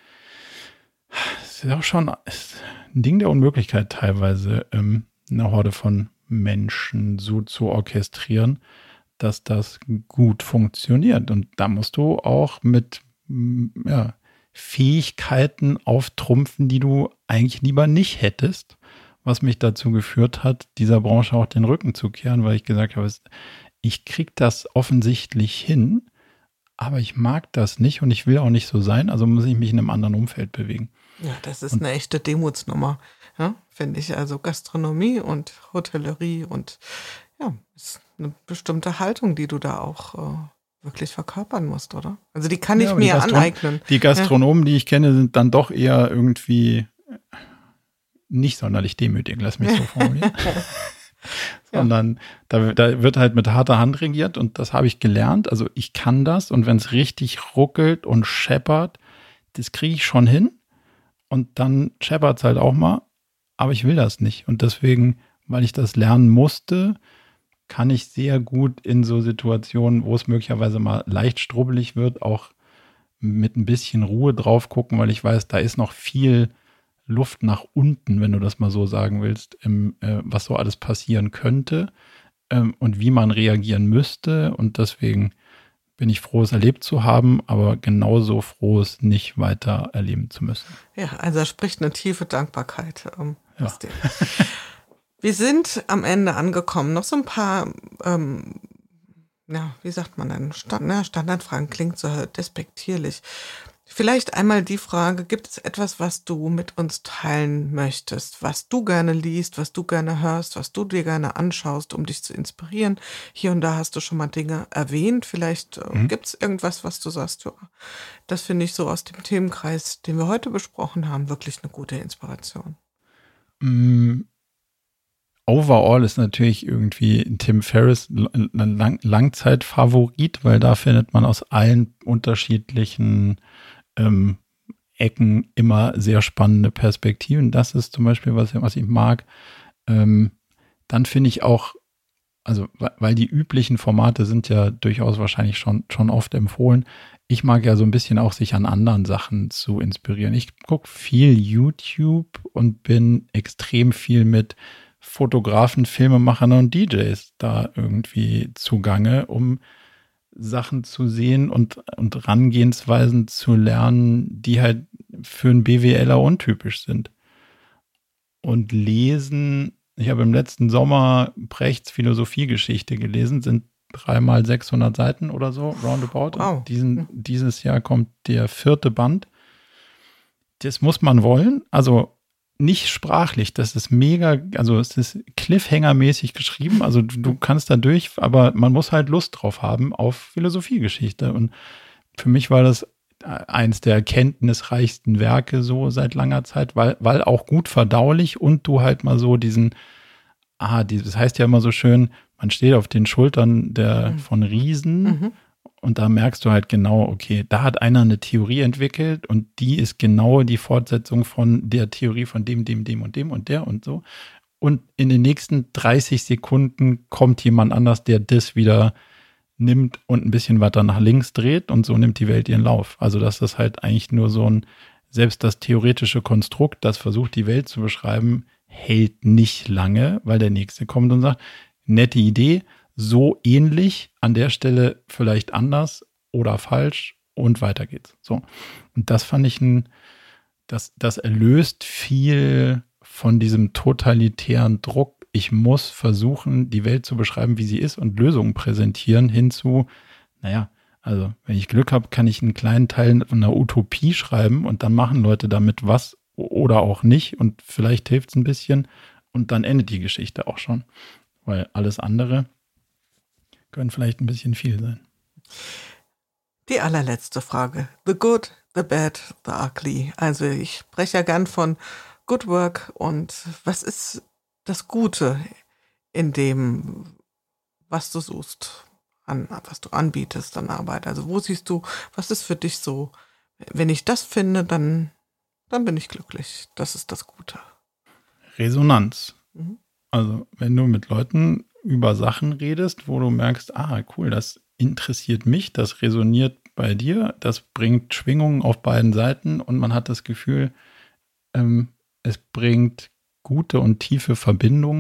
Speaker 3: es ist auch schon ist ein Ding der Unmöglichkeit teilweise, ähm, eine Horde von Menschen so zu orchestrieren, dass das gut funktioniert, und da musst du auch mit ja, Fähigkeiten auftrumpfen, die du eigentlich lieber nicht hättest, was mich dazu geführt hat, dieser Branche auch den Rücken zu kehren, weil ich gesagt habe, ich kriege das offensichtlich hin, aber ich mag das nicht und ich will auch nicht so sein, also muss ich mich in einem anderen Umfeld bewegen.
Speaker 2: Ja, das ist
Speaker 3: und,
Speaker 2: eine echte Demutsnummer, ja, finde ich. Also Gastronomie und Hotellerie und ja, ist eine bestimmte Haltung, die du da auch äh, wirklich verkörpern musst, oder? Also die kann ich
Speaker 3: ja,
Speaker 2: mir
Speaker 3: Gastron-
Speaker 2: aneignen.
Speaker 3: Die Gastronomen, ja. die ich kenne, sind dann doch eher irgendwie nicht sonderlich demütig, lass mich so formulieren. Sondern ja. da, da wird halt mit harter Hand regiert und das habe ich gelernt. Also ich kann das und wenn es richtig ruckelt und scheppert, das kriege ich schon hin und dann scheppert es halt auch mal, aber ich will das nicht. Und deswegen, weil ich das lernen musste, kann ich sehr gut in so Situationen, wo es möglicherweise mal leicht strubbelig wird, auch mit ein bisschen Ruhe drauf gucken, weil ich weiß, da ist noch viel Luft nach unten, wenn du das mal so sagen willst, im, äh, was so alles passieren könnte ähm, und wie man reagieren müsste. Und deswegen bin ich froh, es erlebt zu haben, aber genauso froh, es nicht weiter erleben zu müssen.
Speaker 2: Ja, also da spricht eine tiefe Dankbarkeit. Ähm,
Speaker 3: ja.
Speaker 2: Wir sind am Ende angekommen. Noch so ein paar, ähm, ja, wie sagt man denn? Stand, na, Standardfragen klingt so despektierlich. Vielleicht einmal die Frage, gibt es etwas, was du mit uns teilen möchtest, was du gerne liest, was du gerne hörst, was du dir gerne anschaust, um dich zu inspirieren? Hier und da hast du schon mal Dinge erwähnt. Vielleicht äh, mhm. gibt es irgendwas, was du sagst, ja, das finde ich so aus dem Themenkreis, den wir heute besprochen haben, wirklich eine gute Inspiration.
Speaker 3: Mm. Overall ist natürlich irgendwie Tim Ferriss ein Lang- Langzeitfavorit, weil da findet man aus allen unterschiedlichen ähm, Ecken immer sehr spannende Perspektiven. Das ist zum Beispiel, was, was ich mag. Ähm, dann finde ich auch, also weil die üblichen Formate sind ja durchaus wahrscheinlich schon, schon oft empfohlen. Ich mag ja so ein bisschen auch, sich an anderen Sachen zu inspirieren. Ich gucke viel YouTube und bin extrem viel mit Fotografen, Filmemachern und D Js da irgendwie zugange, um Sachen zu sehen und, und Rangehensweisen zu lernen, die halt für einen BWLer untypisch sind. Und lesen, ich habe im letzten Sommer Brechts Philosophiegeschichte gelesen, sind dreimal sechshundert Seiten oder so, roundabout.
Speaker 2: Wow.
Speaker 3: Diesen, dieses Jahr kommt der vierte Band. Das muss man wollen, also nicht sprachlich, das ist mega, also es ist Cliffhanger-mäßig geschrieben, also du, du kannst da durch, aber man muss halt Lust drauf haben auf Philosophiegeschichte und für mich war das eins der erkenntnisreichsten Werke so seit langer Zeit, weil, weil auch gut verdaulich und du halt mal so diesen, ah, das heißt ja immer so schön, man steht auf den Schultern der mhm. von Riesen mhm. und da merkst du halt genau, okay, da hat einer eine Theorie entwickelt und die ist genau die Fortsetzung von der Theorie von dem, dem, dem und dem und der und so. Und in den nächsten dreißig Sekunden kommt jemand anders, der das wieder nimmt und ein bisschen weiter nach links dreht und so nimmt die Welt ihren Lauf. Also das ist halt eigentlich nur so ein, selbst das theoretische Konstrukt, das versucht die Welt zu beschreiben, hält nicht lange, weil der Nächste kommt und sagt, nette Idee, so ähnlich, an der Stelle vielleicht anders oder falsch und weiter geht's. So. Und das fand ich ein, das, das erlöst viel von diesem totalitären Druck. Ich muss versuchen, die Welt zu beschreiben, wie sie ist und Lösungen präsentieren hinzu, naja, also wenn ich Glück habe, kann ich einen kleinen Teil einer Utopie schreiben und dann machen Leute damit was oder auch nicht und vielleicht hilft es ein bisschen und dann endet die Geschichte auch schon, weil alles andere können vielleicht ein bisschen viel sein.
Speaker 2: Die allerletzte Frage. The good, the bad, the ugly. Also ich spreche ja gern von Good Work und was ist das Gute in dem, was du suchst, an, was du anbietest an Arbeit? Also wo siehst du, was ist für dich so, wenn ich das finde, dann, dann bin ich glücklich. Das ist das Gute.
Speaker 3: Resonanz. Mhm. Also wenn du mit Leuten über Sachen redest, wo du merkst, ah, cool, das interessiert mich, das resoniert bei dir, das bringt Schwingungen auf beiden Seiten und man hat das Gefühl, ähm, es bringt gute und tiefe Verbindungen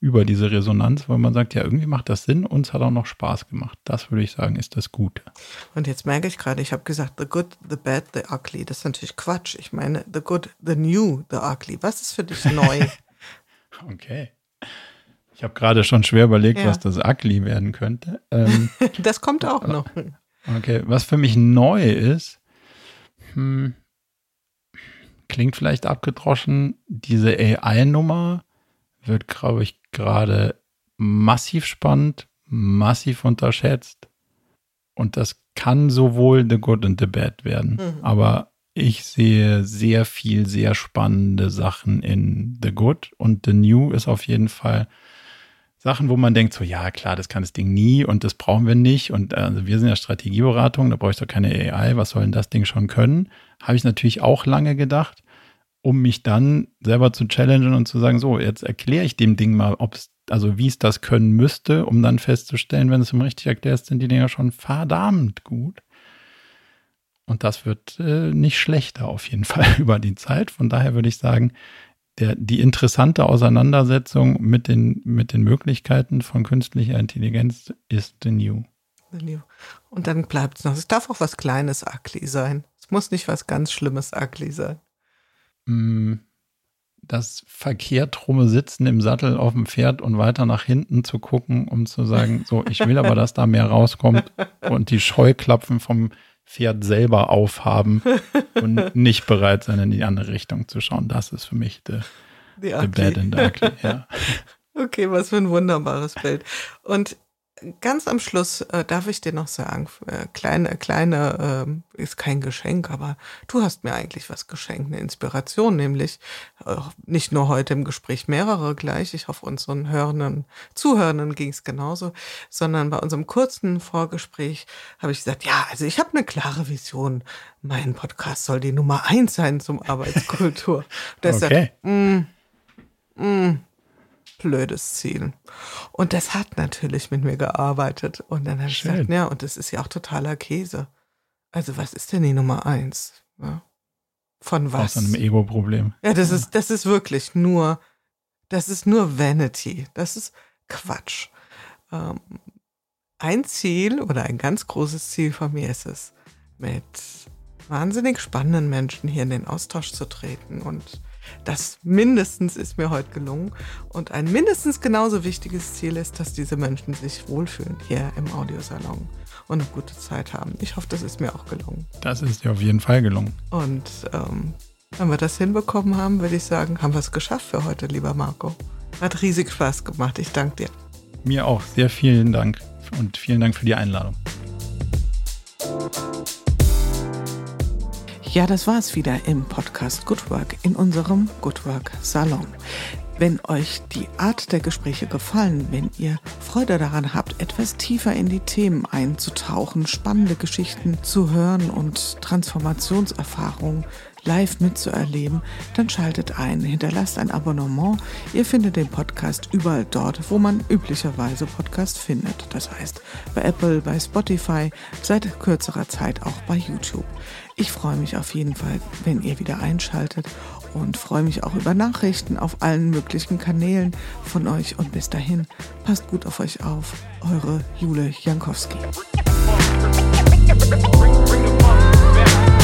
Speaker 3: über diese Resonanz, weil man sagt, ja, irgendwie macht das Sinn, uns hat auch noch Spaß gemacht. Das würde ich sagen, ist das Gute.
Speaker 2: Und jetzt merke ich gerade, ich habe gesagt, the good, the bad, the ugly. Das ist natürlich Quatsch. Ich meine, the good, the new, the ugly. Was ist für dich neu?
Speaker 3: Okay. Ich habe gerade schon schwer überlegt,
Speaker 2: ja.
Speaker 3: was das ugly werden könnte. Ähm,
Speaker 2: das kommt auch noch.
Speaker 3: Okay, was für mich neu ist, hm, klingt vielleicht abgedroschen, diese A I-Nummer wird, glaube ich, gerade massiv spannend, massiv unterschätzt. Und das kann sowohl the good and the bad werden. Mhm. Aber ich sehe sehr viel, sehr spannende Sachen in the good. Und the new ist auf jeden Fall Sachen, wo man denkt, so ja klar, das kann das Ding nie und das brauchen wir nicht. Und also wir sind ja Strategieberatung, da brauche ich doch keine A I, was soll denn das Ding schon können? Habe ich natürlich auch lange gedacht, um mich dann selber zu challengen und zu sagen, so, jetzt erkläre ich dem Ding mal, ob es, also wie es das können müsste, um dann festzustellen, wenn es ihm richtig erklärt, sind die Dinger schon verdammt gut. Und das wird äh, nicht schlechter auf jeden Fall über die Zeit. Von daher würde ich sagen, der, die interessante Auseinandersetzung mit den, mit den Möglichkeiten von künstlicher Intelligenz ist the new.
Speaker 2: The new. Und dann bleibt es noch. Es darf auch was Kleines ugly sein. Es muss nicht was ganz Schlimmes ugly sein.
Speaker 3: Das verkehrt rumme Sitzen im Sattel auf dem Pferd und weiter nach hinten zu gucken, um zu sagen, so, ich will aber, dass da mehr rauskommt und die Scheuklappen vom Pferd selber aufhaben und nicht bereit sein, in die andere Richtung zu schauen. Das ist für mich the, the bad and the ugly. Ja.
Speaker 2: Okay, was für ein wunderbares Bild. Und ganz am Schluss äh, darf ich dir noch sagen, äh, kleine, kleine, äh, ist kein Geschenk, aber du hast mir eigentlich was geschenkt, eine Inspiration, nämlich äh, nicht nur heute im Gespräch, mehrere gleich, ich hoffe unseren Hörenden, Zuhörenden ging es genauso, sondern bei unserem kurzen Vorgespräch habe ich gesagt, ja, also ich habe eine klare Vision, mein Podcast soll die Nummer eins sein zum Arbeitskultur. Und er
Speaker 3: okay.
Speaker 2: sagt, mm, mm, blödes Ziel. Und das hat natürlich mit mir gearbeitet. Und dann habe ich gesagt, ja, und das ist ja auch totaler Käse. Also was ist denn die Nummer eins? Ja. Von was?
Speaker 3: Aus einem Ego-Problem.
Speaker 2: Ja, das ja. ist, das ist wirklich nur, das ist nur Vanity. Das ist Quatsch. Ähm, ein Ziel oder ein ganz großes Ziel von mir ist es, mit wahnsinnig spannenden Menschen hier in den Austausch zu treten. Und das mindestens ist mir heute gelungen. Und ein mindestens genauso wichtiges Ziel ist, dass diese Menschen sich wohlfühlen hier im Audiosalon und eine gute Zeit haben. Ich hoffe, das ist mir auch gelungen.
Speaker 3: Das ist dir auf jeden Fall gelungen.
Speaker 2: Und ähm, wenn wir das hinbekommen haben, würde ich sagen, haben wir es geschafft für heute, lieber Marco. Hat riesig Spaß gemacht. Ich danke dir.
Speaker 3: Mir auch. Sehr vielen Dank. Und vielen Dank für die Einladung.
Speaker 2: Ja, das war's wieder im Podcast Good Work in unserem Good Work Salon. Wenn euch die Art der Gespräche gefallen, wenn ihr Freude daran habt, etwas tiefer in die Themen einzutauchen, spannende Geschichten zu hören und Transformationserfahrungen live mitzuerleben, dann schaltet ein, hinterlasst ein Abonnement. Ihr findet den Podcast überall dort, wo man üblicherweise Podcast findet. Das heißt bei Apple, bei Spotify, seit kürzerer Zeit auch bei YouTube. Ich freue mich auf jeden Fall, wenn ihr wieder einschaltet und freue mich auch über Nachrichten auf allen möglichen Kanälen von euch. Und bis dahin, passt gut auf euch auf. Eure Jule Jankowski. Bring, bring the funk back.